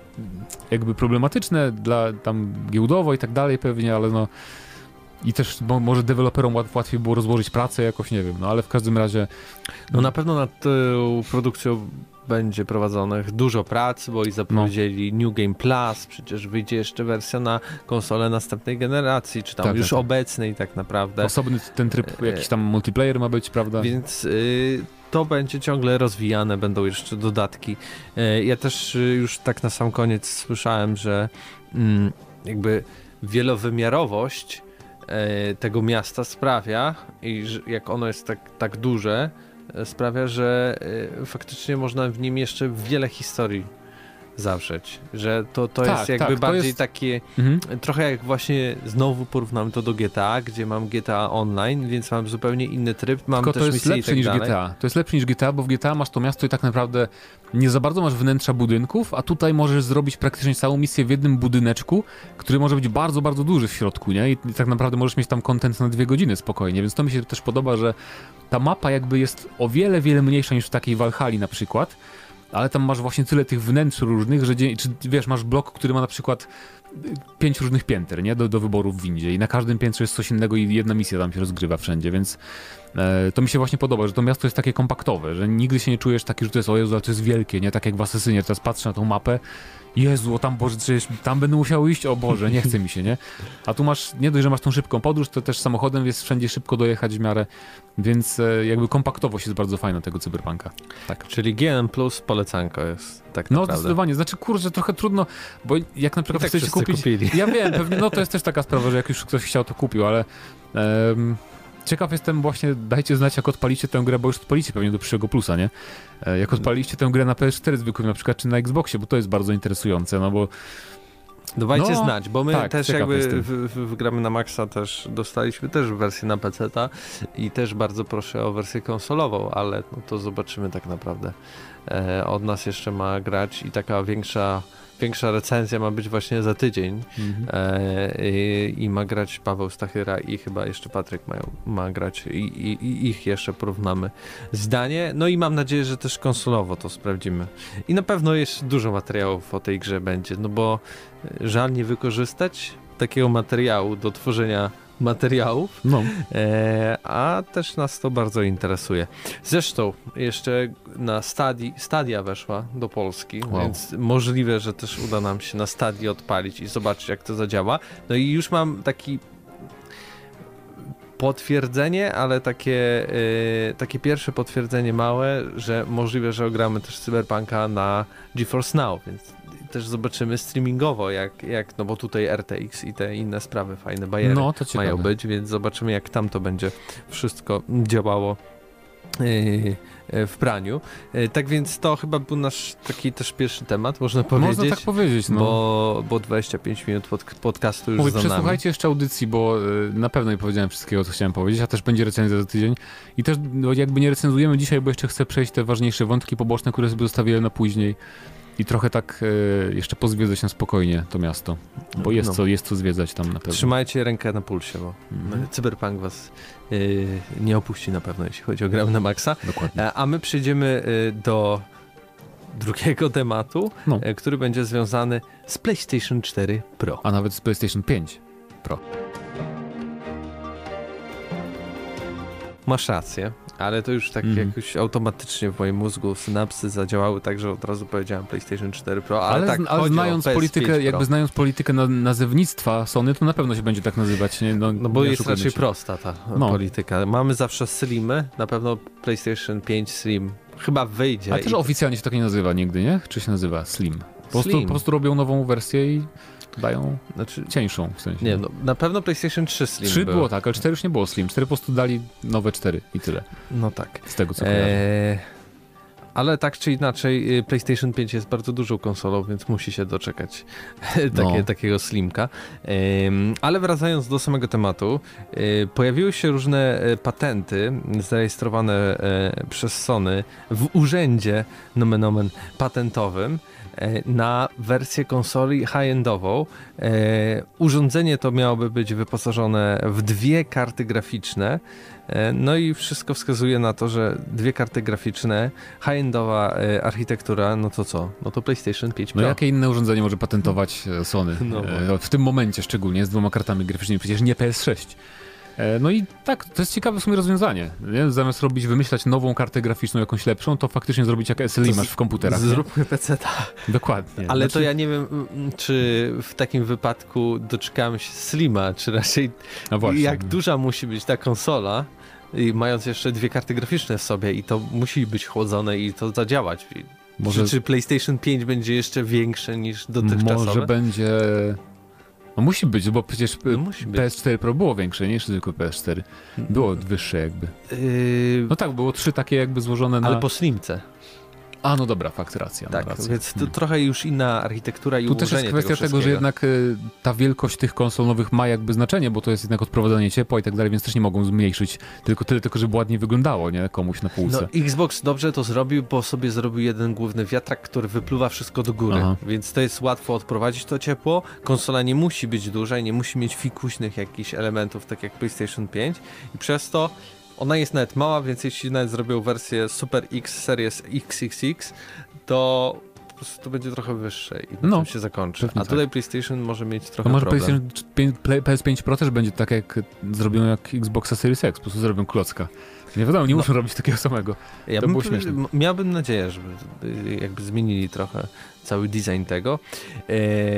jakby problematyczne dla tam giełdowo i tak dalej pewnie, ale no... I też bo może deweloperom łat, łatwiej było rozłożyć pracę jakoś, nie wiem, no ale w każdym razie... No na pewno nad tą produkcją będzie prowadzonych dużo prac, bo i zapowiedzieli no. New Game Plus, przecież wyjdzie jeszcze wersja na konsolę następnej generacji, czy tam tak, już tak. obecnej tak naprawdę. Osobny ten tryb, jakiś tam multiplayer ma być, prawda? Więc y, to będzie ciągle rozwijane, będą jeszcze dodatki. Y, ja też y, już tak na sam koniec słyszałem, że y, jakby wielowymiarowość y, tego miasta sprawia, i że jak ono jest tak, tak duże, sprawia, że y, faktycznie można w nim jeszcze wiele historii zawrzeć, że to, to tak, jest jakby tak, bardziej jest... takie, mhm. trochę jak właśnie znowu porównamy to do G T A, gdzie mam G T A Online, więc mam zupełnie inny tryb, mam Tylko też to jest misje lepsze i tak niż dalej. G T A. To jest lepsze niż G T A, bo w G T A masz to miasto i tak naprawdę nie za bardzo masz wnętrza budynków, a tutaj możesz zrobić praktycznie całą misję w jednym budyneczku, który może być bardzo, bardzo duży w środku, nie? I, i tak naprawdę możesz mieć tam content na dwie godziny spokojnie, więc to mi się też podoba, że ta mapa jakby jest o wiele, wiele mniejsza niż w takiej Valhalli na przykład, ale tam masz właśnie tyle tych wnętrz różnych, że czy wiesz, masz blok, który ma na przykład pięć różnych pięter, nie? Do, do wyboru w windzie i na każdym piętrze jest coś innego i jedna misja tam się rozgrywa wszędzie, więc e, to mi się właśnie podoba, że to miasto jest takie kompaktowe, że nigdy się nie czujesz taki, że to jest o Jezu, ale to jest wielkie, nie? Tak jak w Asesynie, teraz patrzę na tą mapę, Jezu, o tam Boże, przecież tam będę musiał iść, o Boże, nie chce mi się, nie? A tu masz, nie dość, że masz tą szybką podróż, to też samochodem jest wszędzie szybko dojechać w miarę, więc e, jakby kompaktowość jest bardzo fajna tego cyberpunka. Tak. Czyli G N plus polecanko jest tak no, naprawdę. No zdecydowanie, znaczy kurczę, trochę trudno, bo jak na przykład tak chcecie kupić... kupili. Ja wiem, pewnie, no to jest też taka sprawa, że jak już ktoś chciał, to kupił, ale... Um, ciekaw jestem właśnie, dajcie znać, jak odpalicie tę grę, bo już odpalicie pewnie do przyszłego plusa, nie? Jak odpaliście tę grę na P S cztery zwykłym na przykład, czy na Xboxie, bo to jest bardzo interesujące, no bo... Dawajcie no, znać, bo my tak, też jakby w, w, w gramy na Maxa też dostaliśmy też wersję na peceta i też bardzo proszę o wersję konsolową, ale no to zobaczymy tak naprawdę. E, od nas jeszcze ma grać i taka większa Większa recenzja ma być właśnie za tydzień mhm. e, i, i ma grać Paweł Stachyra i chyba jeszcze Patryk mają, ma grać i, i, i ich jeszcze porównamy zdanie. No i mam nadzieję, że też konsolowo to sprawdzimy. I na pewno jeszcze dużo materiałów o tej grze będzie, no bo żal nie wykorzystać takiego materiału do tworzenia materiałów, no. e, a też nas to bardzo interesuje. Zresztą jeszcze na Stadii, Stadia weszła do Polski, wow. Więc możliwe, że też uda nam się na Stadii odpalić i zobaczyć, jak to zadziała. No i już mam taki potwierdzenie, ale takie, yy, takie pierwsze potwierdzenie małe, że możliwe, że ogramy też Cyberpunka na GeForce Now, więc też zobaczymy streamingowo, jak, jak, no bo tutaj R T X i te inne sprawy, fajne bajery no, to mają być, więc zobaczymy, jak tam to będzie wszystko działało yy, w praniu. Yy, tak więc to chyba był nasz taki też pierwszy temat, można powiedzieć. Można tak powiedzieć, no. Bo, bo dwadzieścia pięć minut pod, podcastu już Mówię, za nami. Przesłuchajcie jeszcze audycji, bo y, na pewno nie powiedziałem wszystkiego, co chciałem powiedzieć, a też będzie recenzja za tydzień. I też no, jakby nie recenzujemy dzisiaj, bo jeszcze chcę przejść te ważniejsze wątki poboczne, które sobie zostawiłem na później. I trochę tak e, jeszcze pozwiedzać na spokojnie to miasto, bo jest, no. co, jest co zwiedzać tam na pewno. Trzymajcie rękę na pulsie, bo mm. Cyberpunk was e, nie opuści na pewno, jeśli chodzi o grę na Maxa. Dokładnie. E, a my przejdziemy e, do drugiego tematu, no. e, który będzie związany z PlayStation cztery Pro. A nawet z PlayStation pięć Pro. Masz rację, ale to już tak mm. jakoś automatycznie w moim mózgu synapsy zadziałały tak, że od razu powiedziałem PlayStation cztery Pro, ale, ale tak ale znając politykę, jakby znając politykę na, nazewnictwa Sony, to na pewno się będzie tak nazywać. Nie? No, no bo nie jest raczej się. prosta ta no. polityka. Mamy zawsze Slimy, na pewno PlayStation pięć Slim chyba wyjdzie. Ale też i... oficjalnie się tak nie nazywa nigdy, nie? Czy się nazywa Slim? Po prostu, Slim. po prostu robią nową wersję i... dają Znaczy, cieńszą w sensie. nie, no, na pewno PlayStation trzy Slim trzy był. było tak, ale cztery już nie było Slim. cztery po prostu dali nowe cztery i tyle. No tak. Z tego co kojarzę. Eee, ale tak czy inaczej y, PlayStation pięć jest bardzo dużą konsolą, więc musi się doczekać takie, No. takiego Slimka. Ehm, ale wracając do samego tematu, y, pojawiły się różne y, patenty zarejestrowane y, przez Sony w urzędzie nomen omen patentowym y, na wersję konsoli high-endową. Y, urządzenie to miałoby być wyposażone w dwie karty graficzne. No i wszystko wskazuje na to, że dwie karty graficzne, high-endowa e, architektura, no to co? No to PlayStation pięć Pro. No jakie inne urządzenie może patentować e, Sony? No E, w tym momencie szczególnie z dwoma kartami graficznymi, przecież nie P S sześć. E, no i tak, to jest ciekawe w sumie rozwiązanie. Nie? Zamiast robić, wymyślać nową kartę graficzną, jakąś lepszą, to faktycznie zrobić jak S L I masz w komputerach. nie? Zróbmy peceta. Dokładnie. Ale Znaczy, to ja nie wiem, mm, czy w takim wypadku doczekamy się Slima, czy raczej no właśnie. jak duża musi być ta konsola, i mając jeszcze dwie karty graficzne w sobie i to musi być chłodzone i to zadziałać. I Może- Czy, czy PlayStation pięć będzie jeszcze większe niż dotychczasowe? Może będzie... No musi być, bo przecież No musi być. P S cztery Pro było większe niż tylko P S cztery. Było wyższe jakby. Yy, No tak, było trzy takie jakby złożone na... ale po Slimce. A, no dobra, fakt, racja. Tak, no, racja. więc to Hmm. trochę już inna architektura i Tu też ułożenie jest kwestia tego, tego, że jednak y, ta wielkość tych konsol nowych ma jakby znaczenie, bo to jest jednak odprowadzanie ciepła i tak dalej, więc też nie mogą zmniejszyć tylko tyle, tylko żeby ładnie wyglądało, nie? Komuś na półce. No, Xbox dobrze to zrobił, bo sobie zrobił jeden główny wiatrak, który wypluwa wszystko do góry, Aha. więc to jest łatwo odprowadzić to ciepło. Konsola nie musi być duża i nie musi mieć fikuśnych jakichś elementów, tak jak PlayStation pięć i przez to ona jest nawet mała, więc jeśli nawet zrobią wersję Super X Series X X X, to po prostu to będzie trochę wyższe i na No, tym się zakończy. A pewnie tutaj tak. PlayStation może mieć To trochę może problem. PlayStation pięć, Play- P S pięć Pro też będzie tak jak zrobią jak Xboxa Series X, po prostu zrobią klocka. Nie wiadomo, nie No. muszą robić takiego samego. Ja To bym, było śmieszne. m- miałbym nadzieję, żeby y, jakby zmienili trochę cały design tego. E,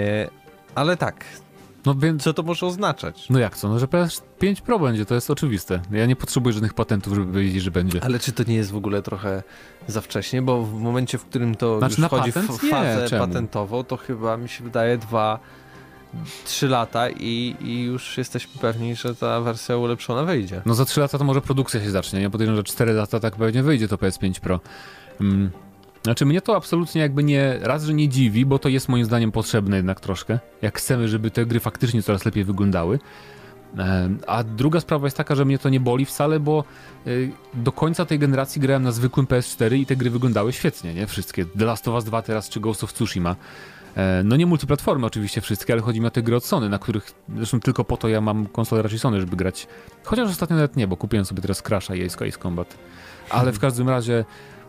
ale tak, No więc, co to może oznaczać? no jak co, no że P S pięć Pro będzie, to jest oczywiste. Ja nie potrzebuję żadnych patentów, żeby powiedzieć, że będzie. Ale czy to nie jest w ogóle trochę za wcześnie? Bo w momencie, w którym to Znaczy, już na wchodzi w patent? Nie, fazę czemu? patentową, to chyba mi się wydaje dwa, trzy lata i, i już jesteśmy pewni, że ta wersja ulepszona wyjdzie. No za trzy lata to może produkcja się zacznie, nie? Podejrzewam, że cztery lata tak pewnie wyjdzie to P S pięć Pro. Mm. Znaczy mnie to absolutnie jakby nie, raz, że nie dziwi, bo to jest moim zdaniem potrzebne jednak troszkę, jak chcemy, żeby te gry faktycznie coraz lepiej wyglądały. E, A druga sprawa jest taka, że mnie to nie boli wcale, bo y, do końca tej generacji grałem na zwykłym P S cztery i te gry wyglądały świetnie, nie? Wszystkie. The Last of Us dwa teraz czy Ghost of Tsushima. E, No nie multiplatformy oczywiście wszystkie, ale chodzi mi o te gry od Sony, na których zresztą tylko po to ja mam konsolę raczej Sony, żeby grać. Chociaż ostatnio nawet nie, bo kupiłem sobie teraz Crash'a i Ace Ace Combat. Ale w każdym razie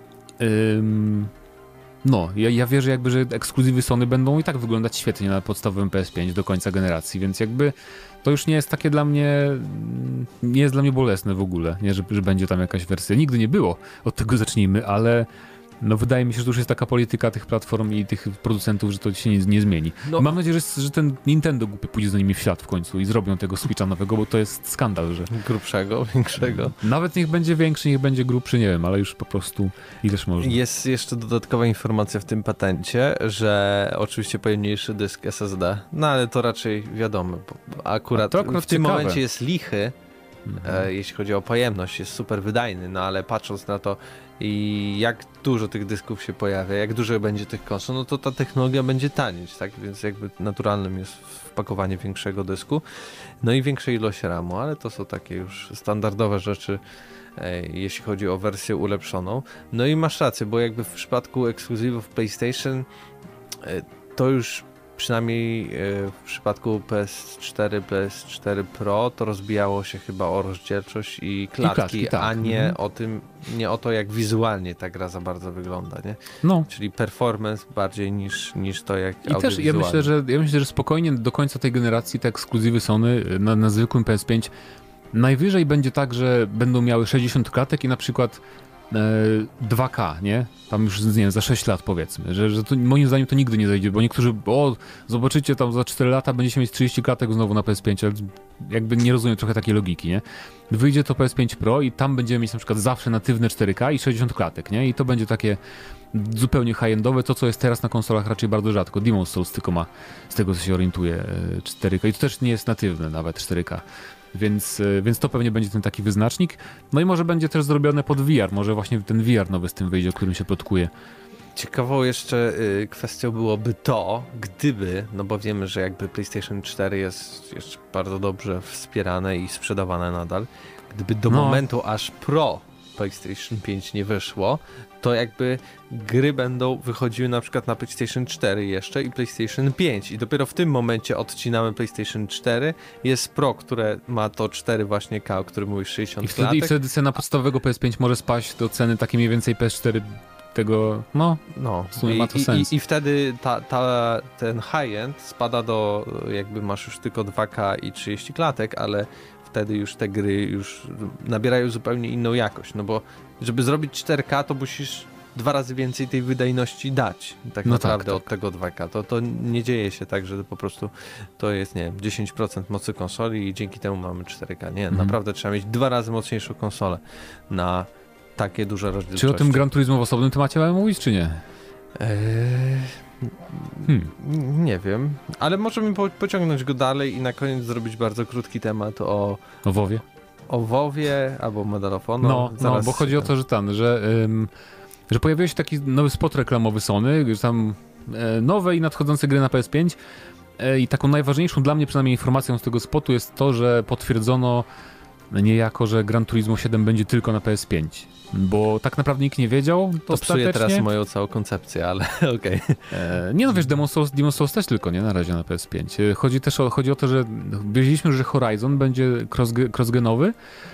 ym, no, ja, ja wierzę jakby, że ekskluzywy Sony będą i tak wyglądać świetnie na podstawowym P S pięć do końca generacji, więc jakby to już nie jest takie dla mnie, mm, nie jest dla mnie bolesne w ogóle, nie, że, że będzie tam jakaś wersja. Nigdy nie było, od tego zacznijmy, ale no wydaje mi się, że to już jest taka polityka tych platform i tych producentów, że to się nie, nie zmieni. No. Mam nadzieję, że, że ten Nintendo głupie pójdzie za nimi w ślad w końcu i zrobią tego Switcha nowego, bo to jest skandal, że Grubszego, większego. nawet niech będzie większy, niech będzie grubszy, nie wiem, ale już po prostu ileż można. Jest jeszcze dodatkowa informacja w tym patencie, że oczywiście pojemniejszy dysk S S D, no ale to raczej wiadomo, bo akurat, A to akurat w tym ciekawe. momencie jest lichy, Mhm. e, jeśli chodzi o pojemność, jest super wydajny, no ale patrząc na to i jak dużo tych dysków się pojawia, jak dużo będzie tych konsol, no to ta technologia będzie tanieć, tak? Więc jakby naturalnym jest wpakowanie większego dysku, no i większej ilości ramu, ale to są takie już standardowe rzeczy, e, jeśli chodzi o wersję ulepszoną. No i masz rację, bo jakby w przypadku ekskluzywów PlayStation e, to już przynajmniej e, w przypadku P S cztery, P S cztery Pro to rozbijało się chyba o rozdzielczość i klatki, klatki, tak. a nie Mhm. o tym, nie o to jak wizualnie ta gra za bardzo wygląda, nie? No. Czyli performance bardziej niż, niż to jak I też ja audiowizualnie. myślę, że ja myślę, że spokojnie do końca tej generacji te ekskluzywy Sony na, na zwykłym P S pięć najwyżej będzie tak, że będą miały sześćdziesiąt klatek i na przykład dwa K, nie? Tam już, nie wiem, za sześć lat powiedzmy, że, że to, moim zdaniem to nigdy nie zajdzie, bo niektórzy, o, zobaczycie, tam za cztery lata będziecie mieć trzydzieści klatek znowu na P S pięć, ale jakby nie rozumiem trochę takiej logiki, nie? Wyjdzie to P S pięć Pro i tam będziemy mieć na przykład zawsze natywne cztery K i sześćdziesiąt klatek, nie? I to będzie takie zupełnie high-endowe, to co jest teraz na konsolach raczej bardzo rzadko. Demon's Souls tylko ma, z tego co się orientuje, cztery K i to też nie jest natywne nawet cztery K. Więc, więc to pewnie będzie ten taki wyznacznik. No i może będzie też zrobione pod V R, może właśnie ten V R nowy z tym wyjdzie, o którym się plotkuje. Ciekawą jeszcze y, kwestią byłoby to, gdyby, no bo wiemy, że jakby PlayStation cztery jest jeszcze bardzo dobrze wspierane i sprzedawane nadal, gdyby do No. momentu aż Pro PlayStation pięć nie wyszło, to jakby gry będą wychodziły na przykład na PlayStation cztery jeszcze i PlayStation pięć i dopiero w tym momencie odcinamy PlayStation cztery, jest Pro, które ma to cztery właśnie K, o którym mówisz, I sześćdziesiąt wtedy, I klatek. wtedy cena podstawowego P S pięć może spaść do ceny takiej mniej więcej P S cztery tego, no, No, w sumie i, ma to i, sens. I, i wtedy ta, ta, ten high-end spada do, jakby masz już tylko dwa K i trzydzieści klatek, ale wtedy już te gry już nabierają zupełnie inną jakość, no bo żeby zrobić cztery K, to musisz dwa razy więcej tej wydajności dać, tak No naprawdę tak, od tego dwa K. To, to nie dzieje się tak, że po prostu to jest, nie wiem, dziesięć procent mocy konsoli i dzięki temu mamy cztery K. Nie, Mhm. naprawdę trzeba mieć dwa razy mocniejszą konsolę na takie duże rozdzielczości. Czy o tym Gran Turismo w osobnym temacie mamy mówić, czy nie? Eee, Hmm. nie wiem, ale możemy po, pociągnąć go dalej i na koniec zrobić bardzo krótki temat o, O WoWie? o WoWie albo Medal of Honor. No, no, Zaraz- bo chodzi o to, że ten, że, ym, że pojawił się taki nowy spot reklamowy Sony, że tam e, nowe i nadchodzące gry na P S pięć e, i taką najważniejszą dla mnie przynajmniej informacją z tego spotu jest to, że potwierdzono niejako, że Gran Turismo siedem będzie tylko na P S pięć, bo tak naprawdę nikt nie wiedział To psuje ostatecznie. teraz moją całą koncepcję, ale okej. E, nie no wiesz, Demon's Souls, Demon's Souls też tylko, nie? Na razie na P S pięć. E, Chodzi też o, chodzi o to, że wiedzieliśmy, że Horizon będzie crossge- crossgenowy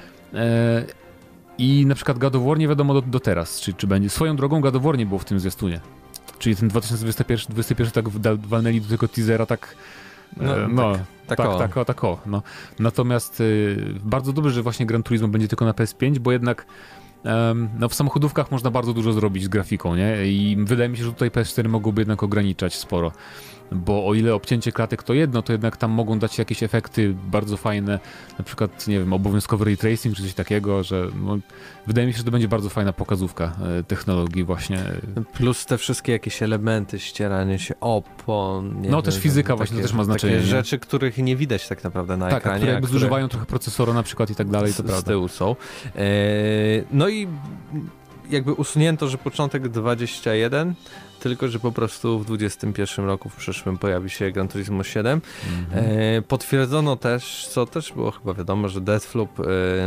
e, i na przykład God of War nie wiadomo do, do teraz, czy, czy będzie. Swoją drogą God of War nie było w tym zwiastunie. Czyli ten dwa tysiące dwudziesty pierwszy tak wda- walnęli do tego teasera tak No, e, no tak, tak, o. tak, o, tak o. No. Natomiast y, bardzo dobrze, że właśnie Gran Turismo będzie tylko na P S pięć, bo jednak em, no, w samochodówkach można bardzo dużo zrobić z grafiką, nie? I wydaje mi się, że tutaj P S cztery mogłoby jednak ograniczać sporo. Bo o ile obcięcie klatek to jedno, to jednak tam mogą dać się jakieś efekty bardzo fajne, na przykład, nie wiem, obowiązkowy ray tracing czy coś takiego, że no, wydaje mi się, że to będzie bardzo fajna pokazówka e, technologii właśnie. Plus te wszystkie jakieś elementy, ścieranie się opon. Nie No, wiem, też fizyka takie, właśnie też ma znaczenie, Takie nie? rzeczy, których nie widać tak naprawdę na Tak, ekranie. które jakby a które zużywają trochę procesora na przykład i tak dalej, to z, z prawda. tyłu są. E, no i jakby usunięto, że początek dwadzieścia jeden, tylko że po prostu w dwudziestym pierwszym roku, w przyszłym, pojawi się Gran Turismo siedem. Mhm. E, potwierdzono też, co też było chyba wiadomo, że Deathloop e,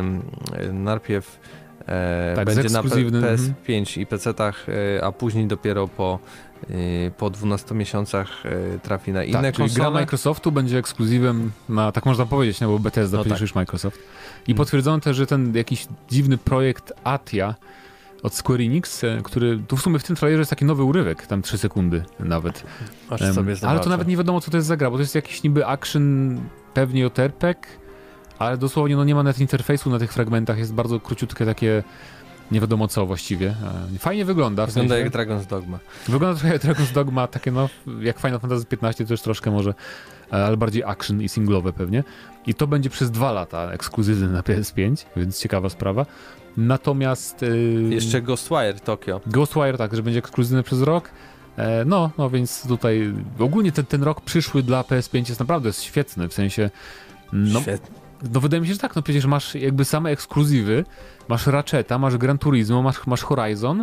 e, najpierw e, Tak, będzie na P- ekskluzywny, P S mhm. pięć i pecetach, e, a później dopiero po, e, po dwunastu miesiącach e, trafi na inne Tak, czyli gra konsole. Microsoftu będzie ekskluzywem na, tak można powiedzieć, no bo Bethesda No przecież tak. już Microsoft. I Mm. potwierdzono też, że ten jakiś dziwny projekt Atia od Square Enix, e, który, tu w sumie w tym trailerze jest taki nowy urywek, tam trzy sekundy nawet. Aż Em, sobie ale zobaczę. to nawet nie wiadomo, co to jest za gra, bo to jest jakiś niby action, pewnie J R P G, ale dosłownie no nie ma nawet interfejsu na tych fragmentach, jest bardzo króciutkie takie, nie wiadomo co właściwie. E, Fajnie wygląda, w Wygląda sensie, jak Dragon's Dogma. wygląda trochę jak Dragon's Dogma, takie no, jak Final Fantasy piętnaście, to też troszkę może, e, ale bardziej action i singlowe pewnie. I to będzie przez dwa lata ekskluzywny na P S pięć, więc ciekawa sprawa. Natomiast... Yy, Jeszcze Ghostwire Tokyo. Ghostwire, tak, że będzie ekskluzywny przez rok. E, no, no więc tutaj ogólnie ten, ten rok przyszły dla P S pięć jest naprawdę świetny, w sensie... No, Świetnie. no wydaje mi się, że tak, no przecież masz jakby same ekskluzywy, masz Ratcheta, masz Gran Turismo, masz, masz Horizon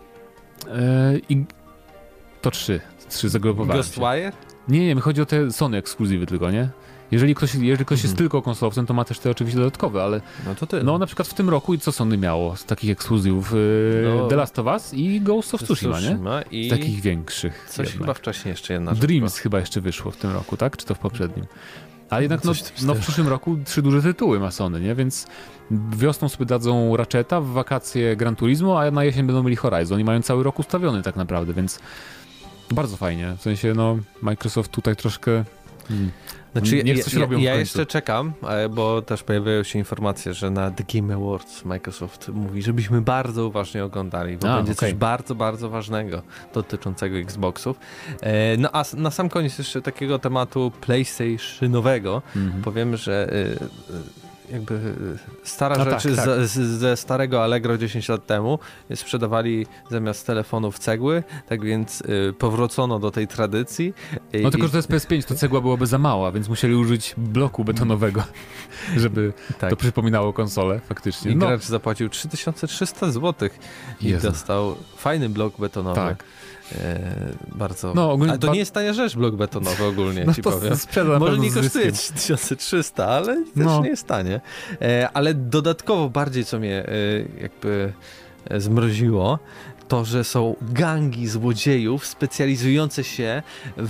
e, i to trzy, trzy zagrupowałem się. Ghostwire? Nie, nie, mi chodzi o te Sony ekskluzywy tylko, nie? Jeżeli ktoś, jeżeli ktoś Mhm. jest tylko konsolowcem, to ma też te oczywiście dodatkowe, ale No to ty. no na przykład w tym roku i co Sony miało z takich ekskluzywów? Yy, No, The Last of Us i Ghost of Tsushima, nie? I Z takich większych. coś jednak. chyba wcześniej jeszcze jedna rzecz Dreams była. chyba jeszcze wyszło w tym roku, tak? Czy to w poprzednim? Ale jednak no, Coś w tym no w stylu. przyszłym roku trzy duże tytuły ma Sony, nie? Więc wiosną sobie dadzą Ratcheta, w wakacje Gran Turismo, a na jesień będą mieli Horizon i mają cały rok ustawiony tak naprawdę, więc bardzo fajnie. W sensie no Microsoft tutaj troszkę Hmm. Znaczy, Niech ja, coś ja, robią w ja końcu. jeszcze czekam, e, bo też pojawiają się informacje, że na The Game Awards Microsoft mówi, żebyśmy bardzo uważnie oglądali, bo A, będzie okej. coś bardzo, bardzo ważnego dotyczącego Xboxów. E, no a s- na sam koniec jeszcze takiego tematu PlayStationowego Mhm. powiem, że e, e, jakby e, stara No rzeczy tak, tak. z, z, ze starego Allegro dziesięć lat temu sprzedawali zamiast telefonów cegły, tak więc e, powrócono do tej tradycji. I, No tylko, i- że to jest P S pięć, to cegła byłaby za mała, więc musieli użyć bloku betonowego, żeby tak. to przypominało konsolę faktycznie. I No, gracz zapłacił trzy tysiące trzysta złotych i Jezu. dostał fajny blok betonowy. tak. E, bardzo. No, ogólnie Ale to ba- nie jest tania rzecz, blok betonowy ogólnie, No ci to powiem. sprzeda na Może pewno nie z kosztuje zyskiem. trzy tysiące trzysta, ale też No. nie jest tanie. E, ale dodatkowo bardziej, co mnie e, jakby e, zmroziło, to, że są gangi złodziejów specjalizujące się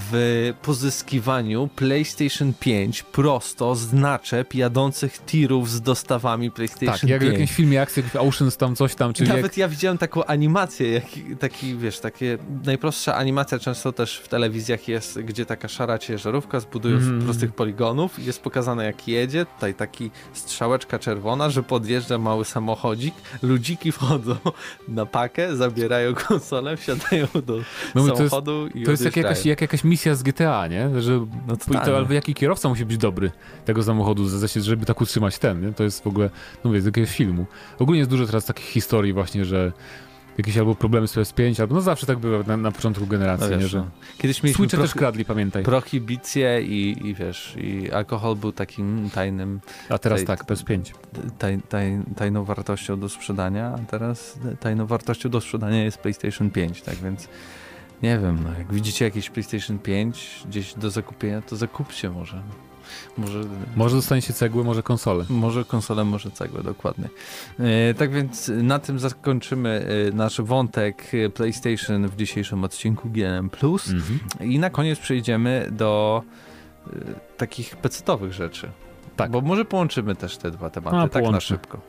w pozyskiwaniu PlayStation pięć prosto z naczep jadących tirów z dostawami PlayStation Tak, jak w pięć. jakimś filmie akcji, jak Oceans tam coś tam, czyli Nawet jak... ja widziałem taką animację, jak, taki, wiesz, takie najprostsza animacja często też w telewizjach jest, gdzie taka szara ciężarówka zbuduje Mhm. z prostych poligonów i jest pokazane jak jedzie, tutaj taki strzałeczka czerwona, że podjeżdża mały samochodzik, ludziki wchodzą na pakę, zabierają konsolę, wsiadają do No mówię, to jest- samochodu i To jest jak odjeżdżają. jakaś, jak jakaś misja z G T A, nie? Że No to, totalnie. albo jaki kierowca musi być dobry tego samochodu, za- za- żeby tak utrzymać ten, nie? To jest w ogóle, no mówię, z jakiegoś filmu. Ogólnie jest dużo teraz takich historii właśnie, że jakieś albo problemy z P S pięć, albo no zawsze tak było na, na początku generacji, No nie? wiesz, Że no. Kiedyś mieliśmy Switche też prohi- kradli, pamiętaj. prohibicję i, i wiesz, i alkohol był takim tajnym A teraz tej- tak, P S pięć. taj, taj, tajną wartością do sprzedania, a teraz tajną wartością do sprzedania jest PlayStation pięć, tak więc nie wiem, no, jak widzicie jakieś PlayStation pięć gdzieś do zakupienia, to zakupcie może. Może, Może dostaniecie cegły, może konsolę. może konsolę, może cegłę, dokładnie. E, tak więc na tym zakończymy e, nasz wątek e, PlayStation w dzisiejszym odcinku G N M plus. Mhm. I na koniec przejdziemy do e, takich pecetowych rzeczy. Tak. Bo może połączymy też te dwa tematy, A, tak na połączmy. szybko.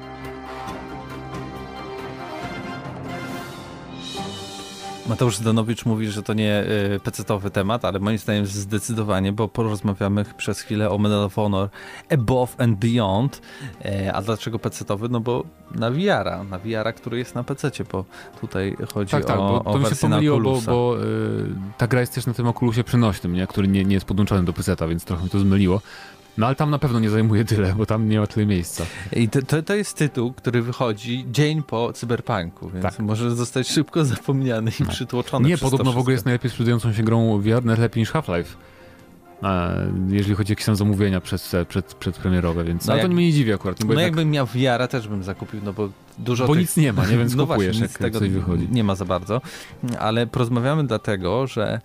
Mateusz Zdanowicz mówi, że to nie y, pecetowy temat, ale moim zdaniem zdecydowanie, bo porozmawiamy przez chwilę o Medal of Honor Above and Beyond. E, a dlaczego pecetowy? No bo na V R-a, na V R-a, który jest na pececie, bo tutaj chodzi Tak, tak, o, bo o to mi się wersję na pomyliło, bo, Oculusa. bo y, ta gra jest też na tym Oculusie przenośnym, nie? Który nie, nie jest podłączony do peceta, więc trochę mi to zmyliło. No ale tam na pewno nie zajmuje tyle, bo tam nie ma tyle miejsca. I to, to, to jest tytuł, który wychodzi dzień po Cyberpunku, więc Tak. może zostać szybko zapomniany i No. przytłoczony Nie, przez podobno to w ogóle jest wszystko. najlepiej sprzedającą się grą V R, najlepiej niż Half-Life. A, jeżeli chodzi o jakieś tam zamówienia przed, przed, przedpremierowe, więc No ale jak- to mnie nie dziwi akurat. Bo, No jednak, jakbym miał V R-a też bym zakupił, no bo dużo bo tych... nic nie ma, nie? Więc no kupujesz, właśnie, jak, nic jak tego coś wychodzi. nie ma za bardzo, ale porozmawiamy dlatego, że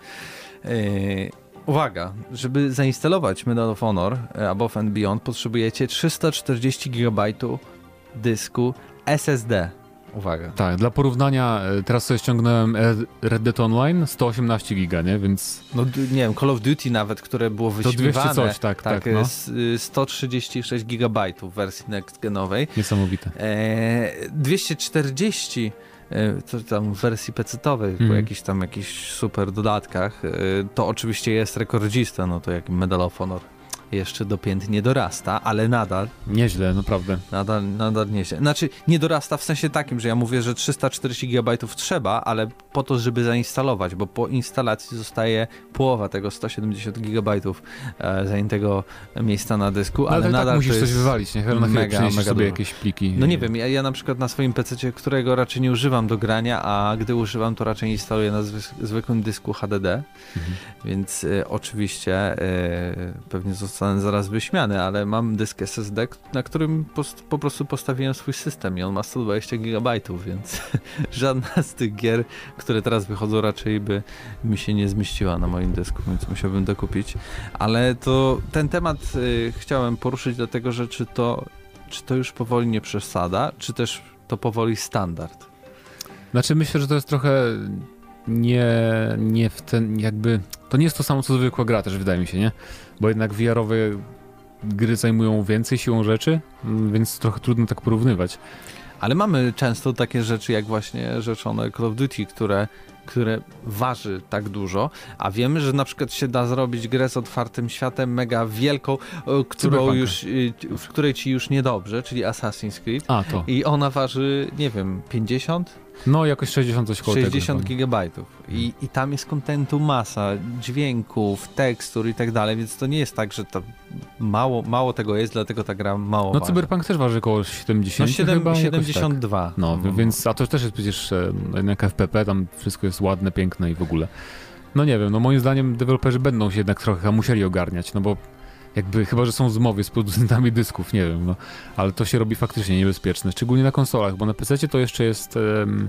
yy, uwaga, żeby zainstalować Medal of Honor e, Above and Beyond potrzebujecie trzysta czterdzieści gigabajtów dysku S S D. Uwaga. Tak, dla porównania, e, teraz sobie ściągnąłem Red- Red Dead Online, sto osiemnaście giga, nie? Więc No d- nie wiem, Call of Duty nawet, które było dwieście wyśmiewane. coś, tak, tak, no. s- y, sto trzydzieści sześć gigabajtów w wersji next-genowej. niesamowite. E, dwieście czterdzieści e, to tam w wersji pecetowej, po Mhm. jakichś tam jakichś super dodatkach, e, to oczywiście jest rekordzista, no to jak Medal of Honor jeszcze do pięt nie dorasta, ale nadal, Nieźle, naprawdę. nadal, nadal nieźle. Znaczy nie dorasta w sensie takim, że ja mówię, że trzysta czterdzieści gigabajtów trzeba, ale po to, żeby zainstalować, bo po instalacji zostaje połowa tego sto siedemdziesiąt gigabajtów e, zajętego miejsca na dysku, No, ale ale i tak nadal musisz to coś jest... wywalić, nie? Chyba na chwilę mega, przynieść mega sobie dużo. jakieś pliki. No nie wiem, ja, ja na przykład na swoim pececie, którego raczej nie używam do grania, a gdy używam, to raczej instaluję na zwy- zwykłym dysku H D D, Mhm. więc e, oczywiście e, pewnie zostanę zaraz wyśmiany, ale mam dysk S S D, k- na którym post, po prostu postawiłem swój system i on ma sto dwadzieścia gigabajtów, więc żadna z tych gier, które teraz wychodzą, raczej by mi się nie zmieściła na moim dysku, więc musiałbym dokupić. Ale to ten temat e, chciałem poruszyć, dlatego że czy to, czy to już powoli nie przesada, czy też to powoli standard. Znaczy myślę, że to jest trochę nie, nie w ten jakby... To nie jest to samo co zwykła gra też, wydaje mi się, nie? Bo jednak V R-owe gry zajmują więcej siłą rzeczy, mm, więc trochę trudno tak porównywać. Ale mamy często takie rzeczy jak właśnie rzeczone Call of Duty, które, które waży tak dużo, a wiemy, że na przykład się da zrobić grę z otwartym światem mega wielką, którą już, w której ci już niedobrze, czyli Assassin's Creed. A, to. I ona waży, nie wiem, pięćdziesiąt? No jakoś sześćdziesiąt coś koło sześćdziesiąt tego, gigabajtów. I, I tam jest kontentu masa, dźwięków, tekstur i tak dalej, więc to nie jest tak, że to mało, mało tego jest, dlatego ta gra mało No waży. Cyberpunk też waży około siedemdziesiąt No siedem, chyba, siedemdziesiąt dwa. Tak. No, Mm. więc, a to też jest przecież e, jednak F P P, tam wszystko jest ładne, piękne i w ogóle. No nie wiem, no moim zdaniem deweloperzy będą się jednak trochę musieli ogarniać, no bo jakby, chyba że są zmowy z producentami dysków, nie wiem, no. Ale to się robi faktycznie niebezpieczne, szczególnie na konsolach, bo na P C to jeszcze jest... Um,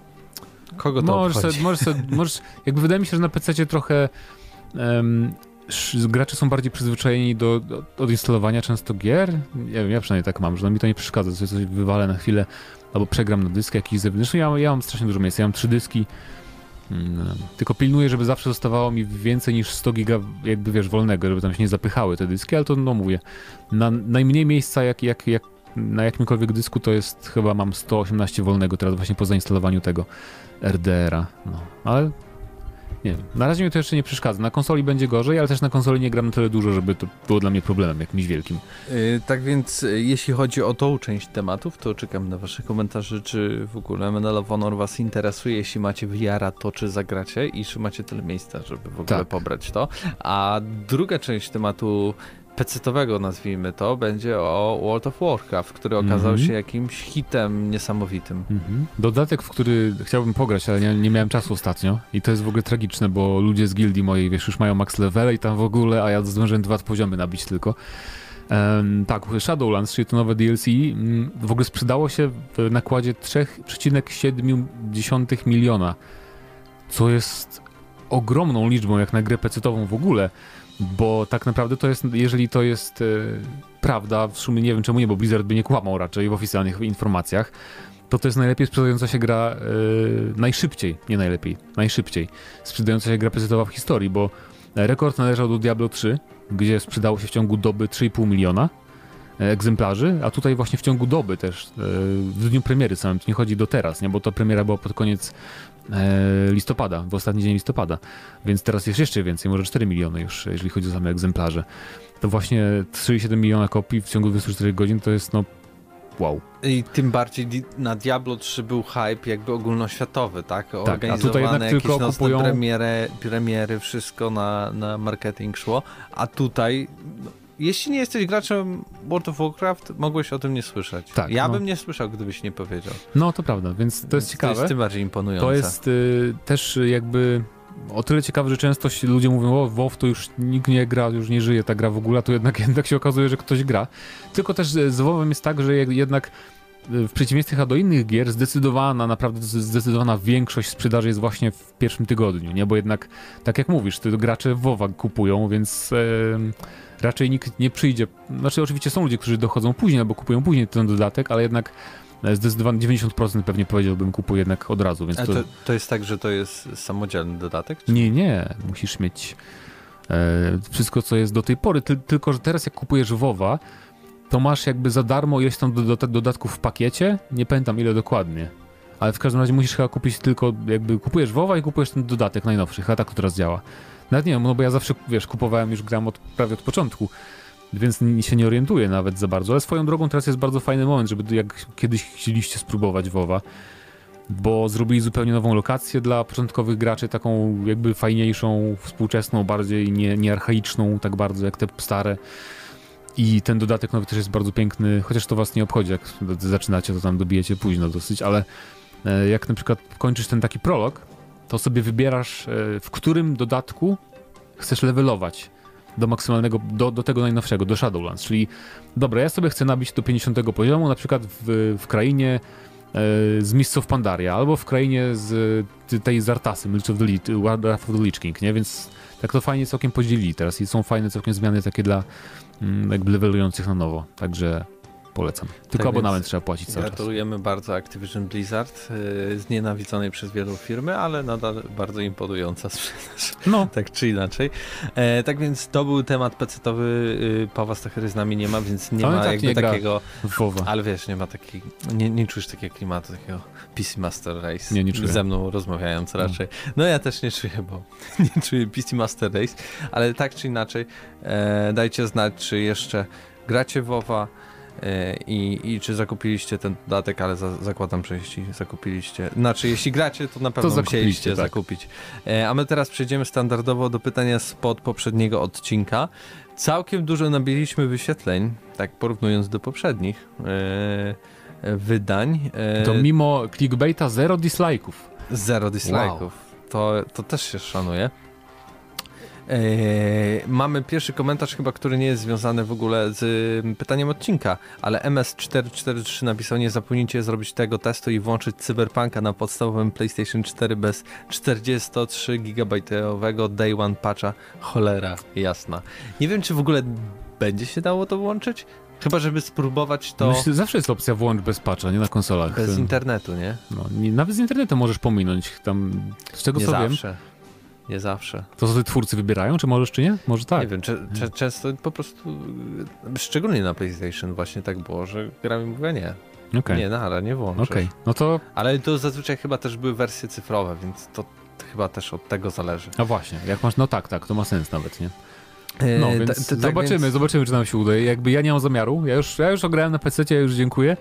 Kogo to możesz obchodzi? se, możesz, se, możesz, jakby wydaje mi się, że na P C trochę um, gracze są bardziej przyzwyczajeni do, do odinstalowania często gier. Nie wiem, ja przynajmniej tak mam, że no mi to nie przeszkadza, że coś wywalę na chwilę albo przegram na dysk jakiś zewnętrzny. Ja, ja mam strasznie dużo miejsca, ja mam trzy dyski, hmm, tylko pilnuję, żeby zawsze zostawało mi więcej niż sto giga jakby wiesz, wolnego, żeby tam się nie zapychały te dyski, ale to no mówię, na najmniej miejsca jak, jak, jak na jakimkolwiek dysku to jest, chyba mam sto osiemnaście wolnego teraz właśnie po zainstalowaniu tego R D R-a, no, ale nie wiem, na razie mi to jeszcze nie przeszkadza, na konsoli będzie gorzej, ale też na konsoli nie gram na tyle dużo, żeby to było dla mnie problemem jakimś wielkim. Yy, tak więc yy, jeśli chodzi o tą część tematów, to czekam na waszych komentarzy, czy w ogóle Medal of Honor was interesuje, jeśli macie V R-a, to czy zagracie i czy macie tyle miejsca, żeby w ogóle Tak. pobrać to. A druga część tematu pecetowego, nazwijmy to, będzie o World of Warcraft, który okazał Mhm. się jakimś hitem niesamowitym. Mhm. Dodatek, w który chciałbym pograć, ale nie, nie miałem czasu ostatnio i to jest w ogóle tragiczne, bo ludzie z gildii mojej, wiesz, już mają max levele i tam w ogóle, a ja zdążyłem dwa poziomy nabić tylko. Um, tak, Shadowlands, czyli to nowe D L C, um, w ogóle sprzedało się w nakładzie trzy przecinek siedem miliona, co jest ogromną liczbą jak na grę pecetową w ogóle, bo tak naprawdę to jest, jeżeli to jest e, prawda, w sumie nie wiem czemu nie, bo Blizzard by nie kłamał raczej w oficjalnych informacjach, to to jest najlepiej sprzedająca się gra, e, najszybciej, nie najlepiej, najszybciej sprzedająca się gra pecetowa w historii, bo rekord należał do Diablo trzy, gdzie sprzedało się w ciągu doby trzy i pół miliona egzemplarzy, a tutaj właśnie w ciągu doby też, w dniu premiery samym, to nie chodzi do teraz, nie, bo to premiera była pod koniec listopada, w ostatni dzień listopada, więc teraz jest jeszcze więcej, może cztery miliony już, jeżeli chodzi o same egzemplarze. To właśnie trzy i siedem miliona kopii w ciągu dwudziestu czterech godzin to jest no wow. I tym bardziej di- na Diablo trzy był hype jakby ogólnoświatowy, tak? Tak, a tutaj jednak jakieś tylko nocne kupują... premiery, premiery, wszystko na, na marketing szło, a tutaj, no, jeśli nie jesteś graczem World of Warcraft, mogłeś o tym nie słyszeć. Tak, ja no. bym nie słyszał, gdybyś nie powiedział. No to prawda, więc to jest Więc ciekawe. To jest tym bardziej imponujące. To jest y, też jakby o tyle ciekawe, że często się ludzie mówią, o WoW to już nikt nie gra, już nie żyje ta gra w ogóle, a tu jednak, jednak się okazuje, że ktoś gra. Tylko też z WoWem jest tak, że jednak w przeciwieństwie do innych gier zdecydowana, naprawdę zdecydowana większość sprzedaży jest właśnie w pierwszym tygodniu, nie? Bo jednak, tak jak mówisz, te gracze WoWa kupują, więc e, raczej nikt nie przyjdzie. Znaczy oczywiście są ludzie, którzy dochodzą później, albo kupują później ten dodatek, ale jednak zdecydowanie dziewięćdziesiąt procent pewnie powiedziałbym kupuje jednak od razu, więc A to... to, to jest tak, że to jest samodzielny dodatek? Czy... Nie, nie, musisz mieć e, wszystko, co jest do tej pory, Ty, tylko że teraz jak kupujesz WoWa, to masz jakby za darmo ileś tam do, do, dodatków w pakiecie, nie pamiętam ile dokładnie, ale w każdym razie musisz chyba kupić tylko, jakby kupujesz WoWa i kupujesz ten dodatek najnowszy, chyba tak to teraz działa. Nawet nie wiem, no bo ja zawsze, wiesz, kupowałem już gram od, prawie od początku, więc się nie orientuję nawet za bardzo, ale swoją drogą teraz jest bardzo fajny moment, żeby jak kiedyś chcieliście spróbować WoWa, bo zrobili zupełnie nową lokację dla początkowych graczy, taką jakby fajniejszą, współczesną, bardziej nie, nie archaiczną, tak bardzo jak te stare. I ten dodatek nowy też jest bardzo piękny, chociaż to was nie obchodzi, jak zaczynacie, to tam dobijecie późno dosyć, ale jak na przykład kończysz ten taki prolog, to sobie wybierasz, w którym dodatku chcesz levelować do maksymalnego, do, do tego najnowszego, do Shadowlands, czyli dobra, ja sobie chcę nabić do pięćdziesiątego poziomu, na przykład w, w krainie z Mists of Pandaria, albo w krainie z tej z Artasy, Wrath of the Lich, Wrath of the Lich King, nie? Więc tak to fajnie całkiem podzielili teraz i są fajne całkiem zmiany takie dla jakby levelujących na nowo, także polecam. Tylko Tak abonament więc trzeba płacić cały czas. Gratulujemy bardzo Activision Blizzard, yy, znienawidzonej przez wielu firmy, ale nadal bardzo imponująca sprzedaż. No. Tak czy inaczej. E, tak więc to był temat pecetowy, yy, Pawła Stachyry z nami nie ma, więc nie Ale ma tak jakby nie gra takiego... w WoWa. Ale wiesz, nie ma takiej... Nie, nie czujesz takiego klimatu, takiego P C Master Race. Nie, nie czuję. Ze mną rozmawiając raczej. No ja też nie czuję, bo nie czuję P C Master Race, ale tak czy inaczej e, dajcie znać, czy jeszcze gracie w WoWa e, i, i czy zakupiliście ten dodatek, ale za, zakładam, że jeśli zakupiliście, znaczy jeśli gracie, to na pewno To musieliście tak. zakupić. E, a my teraz przejdziemy standardowo do pytania spod poprzedniego odcinka. Całkiem dużo nabiliśmy wyświetleń, tak porównując do poprzednich e, wydań. E, To mimo clickbaita zero dislike'ów. Zero dislike'ów. Wow. To, to też się szanuje. Eee, mamy pierwszy komentarz chyba, który nie jest związany w ogóle z y, pytaniem odcinka, ale M S cztery cztery trzy napisał: nie zapomnijcie zrobić tego testu i włączyć Cyberpunka na podstawowym PlayStation cztery bez czterdziestotrzy gigabajtowego Day One patcha. Cholera jasna. Nie wiem, czy w ogóle będzie się dało to włączyć? Chyba, żeby spróbować to Myślę, zawsze jest opcja włącz bez patcha, nie na konsolach. bez internetu, nie? No, nie, nawet z internetem możesz pominąć. Tam, z czego Nie co wiem, zawsze. Nie zawsze. to co twórcy wybierają, czy możesz, czy nie? Może tak. Nie wiem, cze- cze- często po prostu, y, szczególnie na PlayStation właśnie tak było, że gra mi mówiła nie. Okej. Nie, nara, nie włączysz. Okej, no to, Ale to zazwyczaj chyba też były wersje cyfrowe, więc to chyba też od tego zależy. a właśnie, jak masz, no tak, tak, to ma sens nawet, nie? E, No, ta- więc ta- tak zobaczymy, więc- zobaczymy, czy nam się uda. Jakby ja nie mam zamiaru, ja już, ja już ograłem na pececie, ja już dziękuję.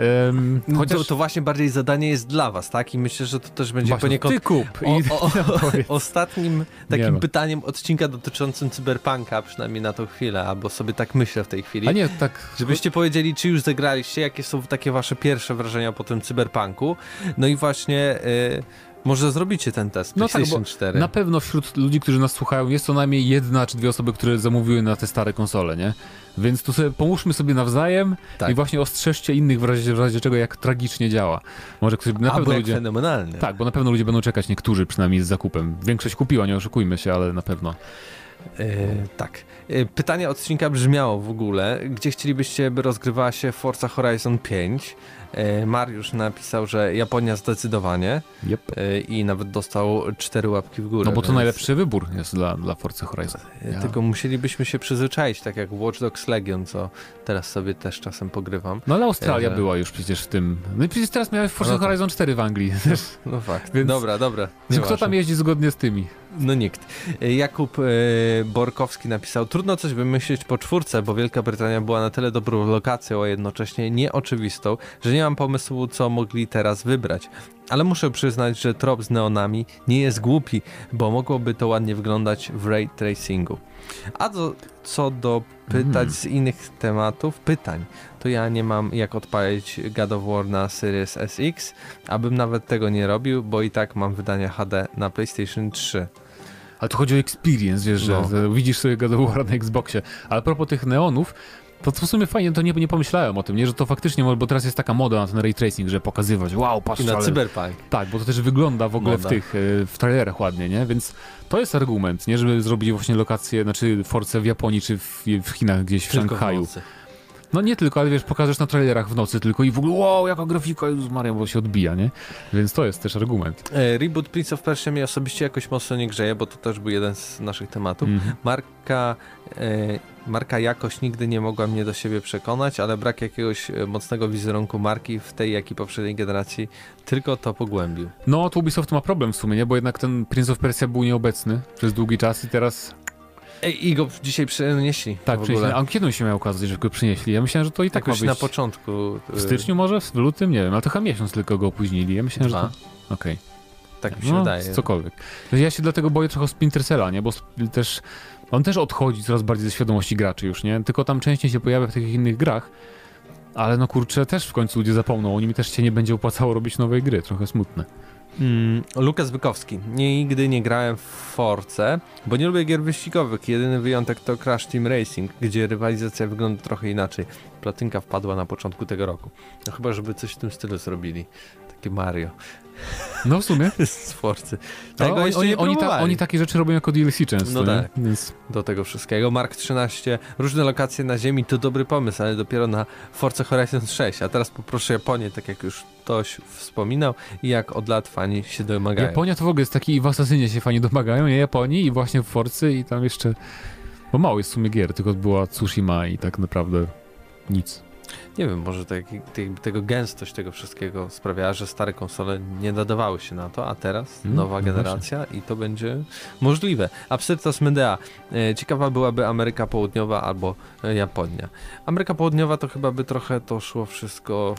Um, No chociaż to, to właśnie bardziej zadanie jest dla was, tak? I myślę, że to też będzie właśnie, poniekąd ty kup o, i o, powiedz. ostatnim Nie takim no. pytaniem odcinka dotyczącym Cyberpunka, przynajmniej na tą chwilę, albo sobie tak myślę w tej chwili. A nie, tak, Żebyście powiedzieli, czy już zagraliście, jakie są takie wasze pierwsze wrażenia po tym Cyberpunku. No i właśnie y, może zrobicie ten test No tak, PlayStation bo cztery. na pewno wśród ludzi, którzy nas słuchają, jest co najmniej jedna czy dwie osoby, które zamówiły na te stare konsole, nie? Więc tu sobie pomóżmy sobie nawzajem Tak. i właśnie ostrzeżcie innych w razie, w razie czego, jak tragicznie działa. Może ktoś, na Albo pewno jak ludzie... fenomenalny. Tak, bo na pewno ludzie będą czekać, niektórzy przynajmniej z zakupem. Większość kupiła, nie oszukujmy się, ale na pewno. E, tak. E, pytanie odcinka brzmiało w ogóle, gdzie chcielibyście, by rozgrywała się Forza Horizon pięć. E, Mariusz napisał, że Japonia zdecydowanie Yep. e, i nawet dostał cztery łapki w górę. No bo to więc, najlepszy wybór jest dla, dla Forza Horizon. e, Ja. Tylko musielibyśmy się przyzwyczaić, tak jak Watch Dogs Legion, co teraz sobie też czasem pogrywam. No ale Australia Że- była już przecież w tym... No i przecież teraz miałeś Forza No to- Horizon cztery w Anglii. No fakt. Więc- Dobra, dobra. Kto nieważne. tam jeździ zgodnie z tymi? No nikt. Jakub e, Borkowski napisał: trudno coś wymyślić po czwórce, bo Wielka Brytania była na tyle dobrą lokacją, a jednocześnie nieoczywistą, że nie mam pomysłu, co mogli teraz wybrać. Ale muszę przyznać, że trop z neonami nie jest głupi, bo mogłoby to ładnie wyglądać w ray tracingu. A do, co do pytań Mm. z innych tematów, pytań, to ja nie mam jak odpalić God of War na Series S X, abym nawet tego nie robił, bo i tak mam wydania H D na PlayStation trzy. Ale tu chodzi o experience, wiesz, że No. że widzisz sobie God of War na Xboxie. Ale a propos tych neonów, to w sumie fajnie, to nie, nie pomyślałem o tym, nie, że to faktycznie, może- bo teraz jest taka moda na ten ray tracing, że pokazywać, wow, patrz, I na ale... Cyberpunk. Tak, bo to też wygląda w ogóle w Moda. tych, e, w trailerach ładnie, nie, więc to jest argument, nie, żeby zrobić właśnie lokację, znaczy Force w Japonii, czy w, w Chinach, gdzieś w Tylko w Szanghaju. nocy. No nie tylko, ale wiesz, pokażesz na trailerach w nocy tylko i w ogóle, wow, jaka grafika, Jezus Maria, bo się odbija, nie, więc to jest też argument. E, Reboot Prince of Persia mnie osobiście jakoś mocno nie grzeje, bo to też był jeden z naszych tematów. Mhm. Marka, e, marka jakoś nigdy nie mogła mnie do siebie przekonać, ale brak jakiegoś e, mocnego wizerunku marki w tej, jak i poprzedniej generacji tylko to pogłębił. No, to Ubisoft ma problem w sumie, nie, bo jednak ten Prince of Persia był nieobecny przez długi czas i teraz... Ej, i go dzisiaj przenieśli Tak, w przynieśli. ogóle. A kiedy się miał okazać, że go przynieśli? Ja myślałem, że to i tak Jakoś ma na być początku. e, w styczniu może, w lutym, nie wiem, ale to chyba miesiąc tylko go opóźnili. Ja myślałem, Dwa. że to... Okej, Tak mi się no, wydaje. cokolwiek. Ja się dlatego boję trochę o Splinter Cella, nie, bo sp- też... On też odchodzi coraz bardziej ze świadomości graczy już, nie? Tylko tam częściej się pojawia w tych innych grach, ale no kurczę, też w końcu ludzie zapomną, o nim też się nie będzie opłacało robić nowej gry, trochę smutne. Mm, Lukas Bykowski. Nigdy nie grałem w Force, bo nie lubię gier wyścigowych. Jedyny wyjątek to Crash Team Racing, gdzie rywalizacja wygląda trochę inaczej. Platynka wpadła na początku tego roku. No chyba, żeby coś w tym stylu zrobili. Takie Mario. No w sumie. z Forcy. No, Tego oni, jeszcze oni, nie oni, ta, próbowali. oni takie rzeczy robią jako D L C często, No nie? tak. Więc... Do tego wszystkiego. Mark trzynaście, różne lokacje na Ziemi to dobry pomysł, ale dopiero na Forza Horizon sześć. A teraz poproszę Japonię, tak jak już ktoś wspominał i jak od lat fani się domagają. Japonia to w ogóle jest taki, i w Assassinie się fani domagają, nie? Japonii i właśnie w Forcy i tam jeszcze... Bo mało jest w sumie gier, tylko była Tsushima i tak naprawdę nic. Nie wiem, może tak, te, tego gęstość tego wszystkiego sprawiała, że stare konsole nie nadawały się na to, a teraz Mm, nowa no generacja i to będzie możliwe. Absyrtos Medea. E, ciekawa byłaby Ameryka Południowa albo e, Japonia. Ameryka Południowa to chyba by trochę to szło wszystko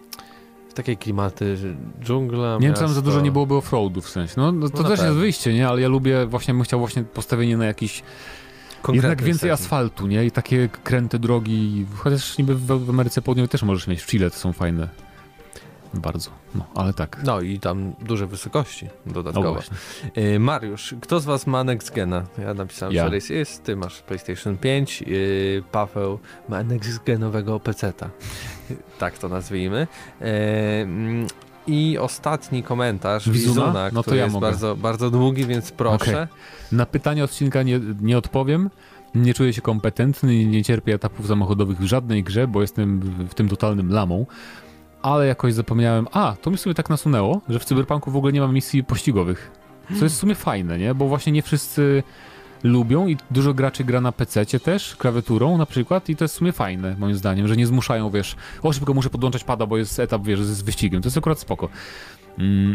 w takiej klimaty, że dżungla, Nie wiem, czy tam za miasto. dużo nie byłoby offroadu w sensie. No, no to No na też jest pewno. wyjście, nie? Ale ja lubię, właśnie bym chciał właśnie postawienie na jakiś Konkretny jednak więcej setting. asfaltu, nie? I takie kręte drogi, chociaż niby w, w Ameryce Południowej też możesz mieć, w Chile to są fajne. Bardzo, no, ale tak. No i tam duże wysokości No dodatkowo. właśnie. E, Mariusz, kto z was ma Next Gena? Ja napisałem, Ja. że Race jest, ty masz PlayStation pięć, yy, Paweł ma Next Genowego peceta. Tak to nazwijmy. E, mm, I ostatni komentarz Wizuna? Wizuna, No to który ja jest mogę. bardzo, bardzo długi, więc proszę. Na pytanie odcinka nie, nie odpowiem. Nie czuję się kompetentny i nie cierpię etapów samochodowych w żadnej grze, bo jestem w, w tym totalnym lamą. Ale jakoś zapomniałem, a, to mi w sumie tak nasunęło, że w Cyberpunku w ogóle nie ma misji pościgowych. Co jest w sumie fajne, nie? Bo właśnie nie wszyscy lubią i dużo graczy gra na pececie też, klawiaturą na przykład i to jest w sumie fajne, moim zdaniem, że nie zmuszają, wiesz, o szybko muszę podłączać pada, bo jest etap, wiesz, z wyścigiem. To jest akurat spoko. Mm.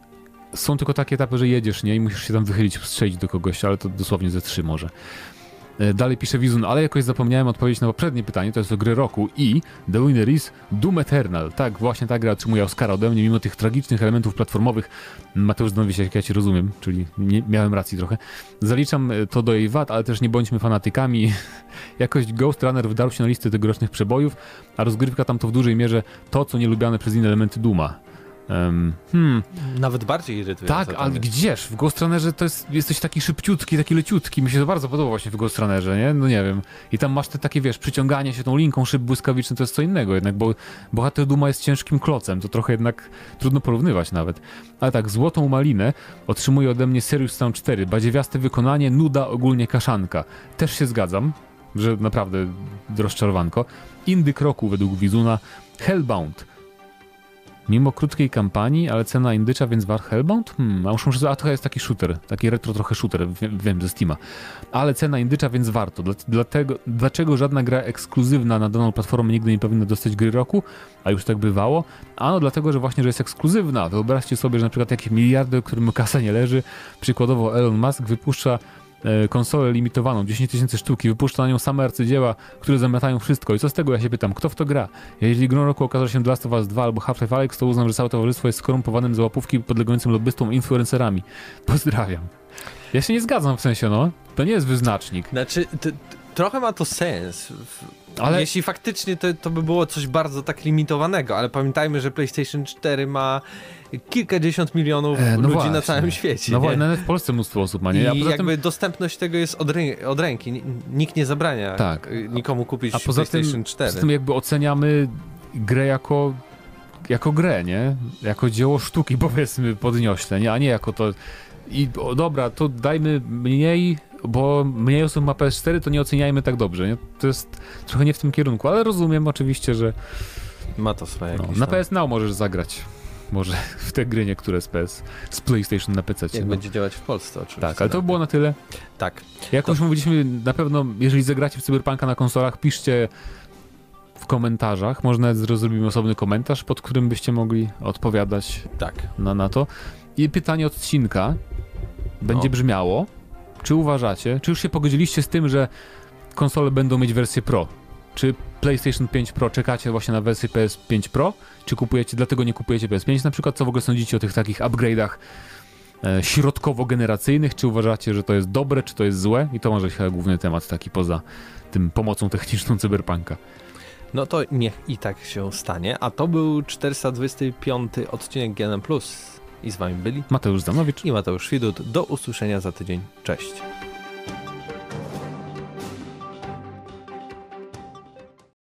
Są tylko takie etapy, że jedziesz, nie? I musisz się tam wychylić, strzelić do kogoś, ale to dosłownie ze trzy może. E, Dalej pisze Wizun, ale jakoś zapomniałem odpowiedzieć na poprzednie pytanie, to jest o grę roku i The Winner is Doom Eternal. Tak, właśnie ta gra otrzymuje Oscara ode mnie, mimo tych tragicznych elementów platformowych. Mateusz Znowi się, jak ja ci rozumiem, czyli nie, miałem racji trochę. Zaliczam e, to do jej wad, ale też nie bądźmy fanatykami. Jakoś Ghost Runner wdarł się na listę tegorocznych przebojów, a rozgrywka tam to w dużej mierze to, co nielubiane przez inne elementy Dooma. Um, hmm, Nawet bardziej irytujące. tak, to ale jest. gdzież? W Ghost Runnerze to jest, jesteś taki szybciutki, taki leciutki. Mi się to bardzo podoba właśnie w Ghost Runnerze, nie? No nie wiem. I tam masz te takie, wiesz, przyciąganie się tą linką, szyb błyskawiczny, to jest co innego jednak, bo bohater Dooma jest ciężkim klocem, to trochę jednak trudno porównywać nawet. Ale tak, Złotą Malinę otrzymuje ode mnie Serious Sam cztery, badziewiaste wykonanie, nuda, ogólnie kaszanka. Też się zgadzam, że naprawdę rozczarowanko. Indyk roku według Wizuna, Hellbound. Mimo krótkiej kampanii, ale cena indycza, więc war Hellbound? Hmm, a, muszę, a to jest taki shooter, taki retro trochę shooter, wiem, wiem ze Steama. Ale cena indycza, więc warto. Dla, dlatego, dlaczego żadna gra ekskluzywna na daną platformę nigdy nie powinna dostać gry roku? A już tak bywało. Ano dlatego, że właśnie, że jest ekskluzywna. Wyobraźcie sobie, że na przykład jakieś miliardy, którym kasa nie leży, przykładowo Elon Musk wypuszcza konsolę limitowaną, dziesięć tysięcy sztuki, wypuszcza na nią same arcydzieła, które zamiatają wszystko. I co z tego, ja się pytam, kto w to gra? Jeśli grą roku okaże się The Last of Us dwa albo Half-Life Alyx, to uznam, że całe towarzystwo jest skorumpowanym za łapówki podlegającym lobbystom influencerami. Pozdrawiam. Ja się nie zgadzam w sensie, no. To nie jest wyznacznik. Znaczy, t- t- trochę ma to sens. W- Ale- Jeśli faktycznie to, to by było coś bardzo tak limitowanego, ale pamiętajmy, że PlayStation cztery ma kilkadziesiąt milionów E, no ludzi właśnie. na całym świecie. No nie? właśnie, nawet w Polsce mnóstwo osób ma, nie? A I poza jakby tym, dostępność tego jest od, rę- od ręki. N- Nikt nie zabrania Tak. y, nikomu kupić a poza PlayStation tym, cztery. poza tym jakby oceniamy grę jako jako grę, nie? Jako dzieło sztuki, powiedzmy, podniośle, nie? A nie jako to... I o, dobra, to dajmy mniej, bo mniej osób ma P S cztery, to nie oceniajmy tak dobrze, nie? To jest trochę nie w tym kierunku, ale rozumiem oczywiście, że Ma to swoje no, jakieś na tam- P S Now możesz zagrać. Może w te gry niektóre z P S, z PlayStation na P C. Jak No. będzie działać w Polsce oczywiście. Tak, ale to było na tyle. Tak. Jak To- już mówiliśmy, na pewno, jeżeli zagracie w Cyberpunka na konsolach, piszcie w komentarzach, może nawet zrobimy osobny komentarz, pod którym byście mogli odpowiadać Tak. na, na to. I pytanie odcinka będzie No. brzmiało, czy uważacie, czy już się pogodziliście z tym, że konsole będą mieć wersję Pro? Czy PlayStation pięć Pro czekacie właśnie na wersję P S pięć Pro? Czy kupujecie, dlatego nie kupujecie P S pięć na przykład? Co w ogóle sądzicie o tych takich upgrade'ach e, środkowo-generacyjnych? Czy uważacie, że to jest dobre, czy to jest złe? I to może chyba główny temat taki poza tym pomocą techniczną Cyberpunka. No to niech i tak się stanie. A to był czterysta dwudziesty piąty odcinek G N M plus. I z wami byli Mateusz Zanowicz. i Mateusz Widut. Do usłyszenia za tydzień. Cześć.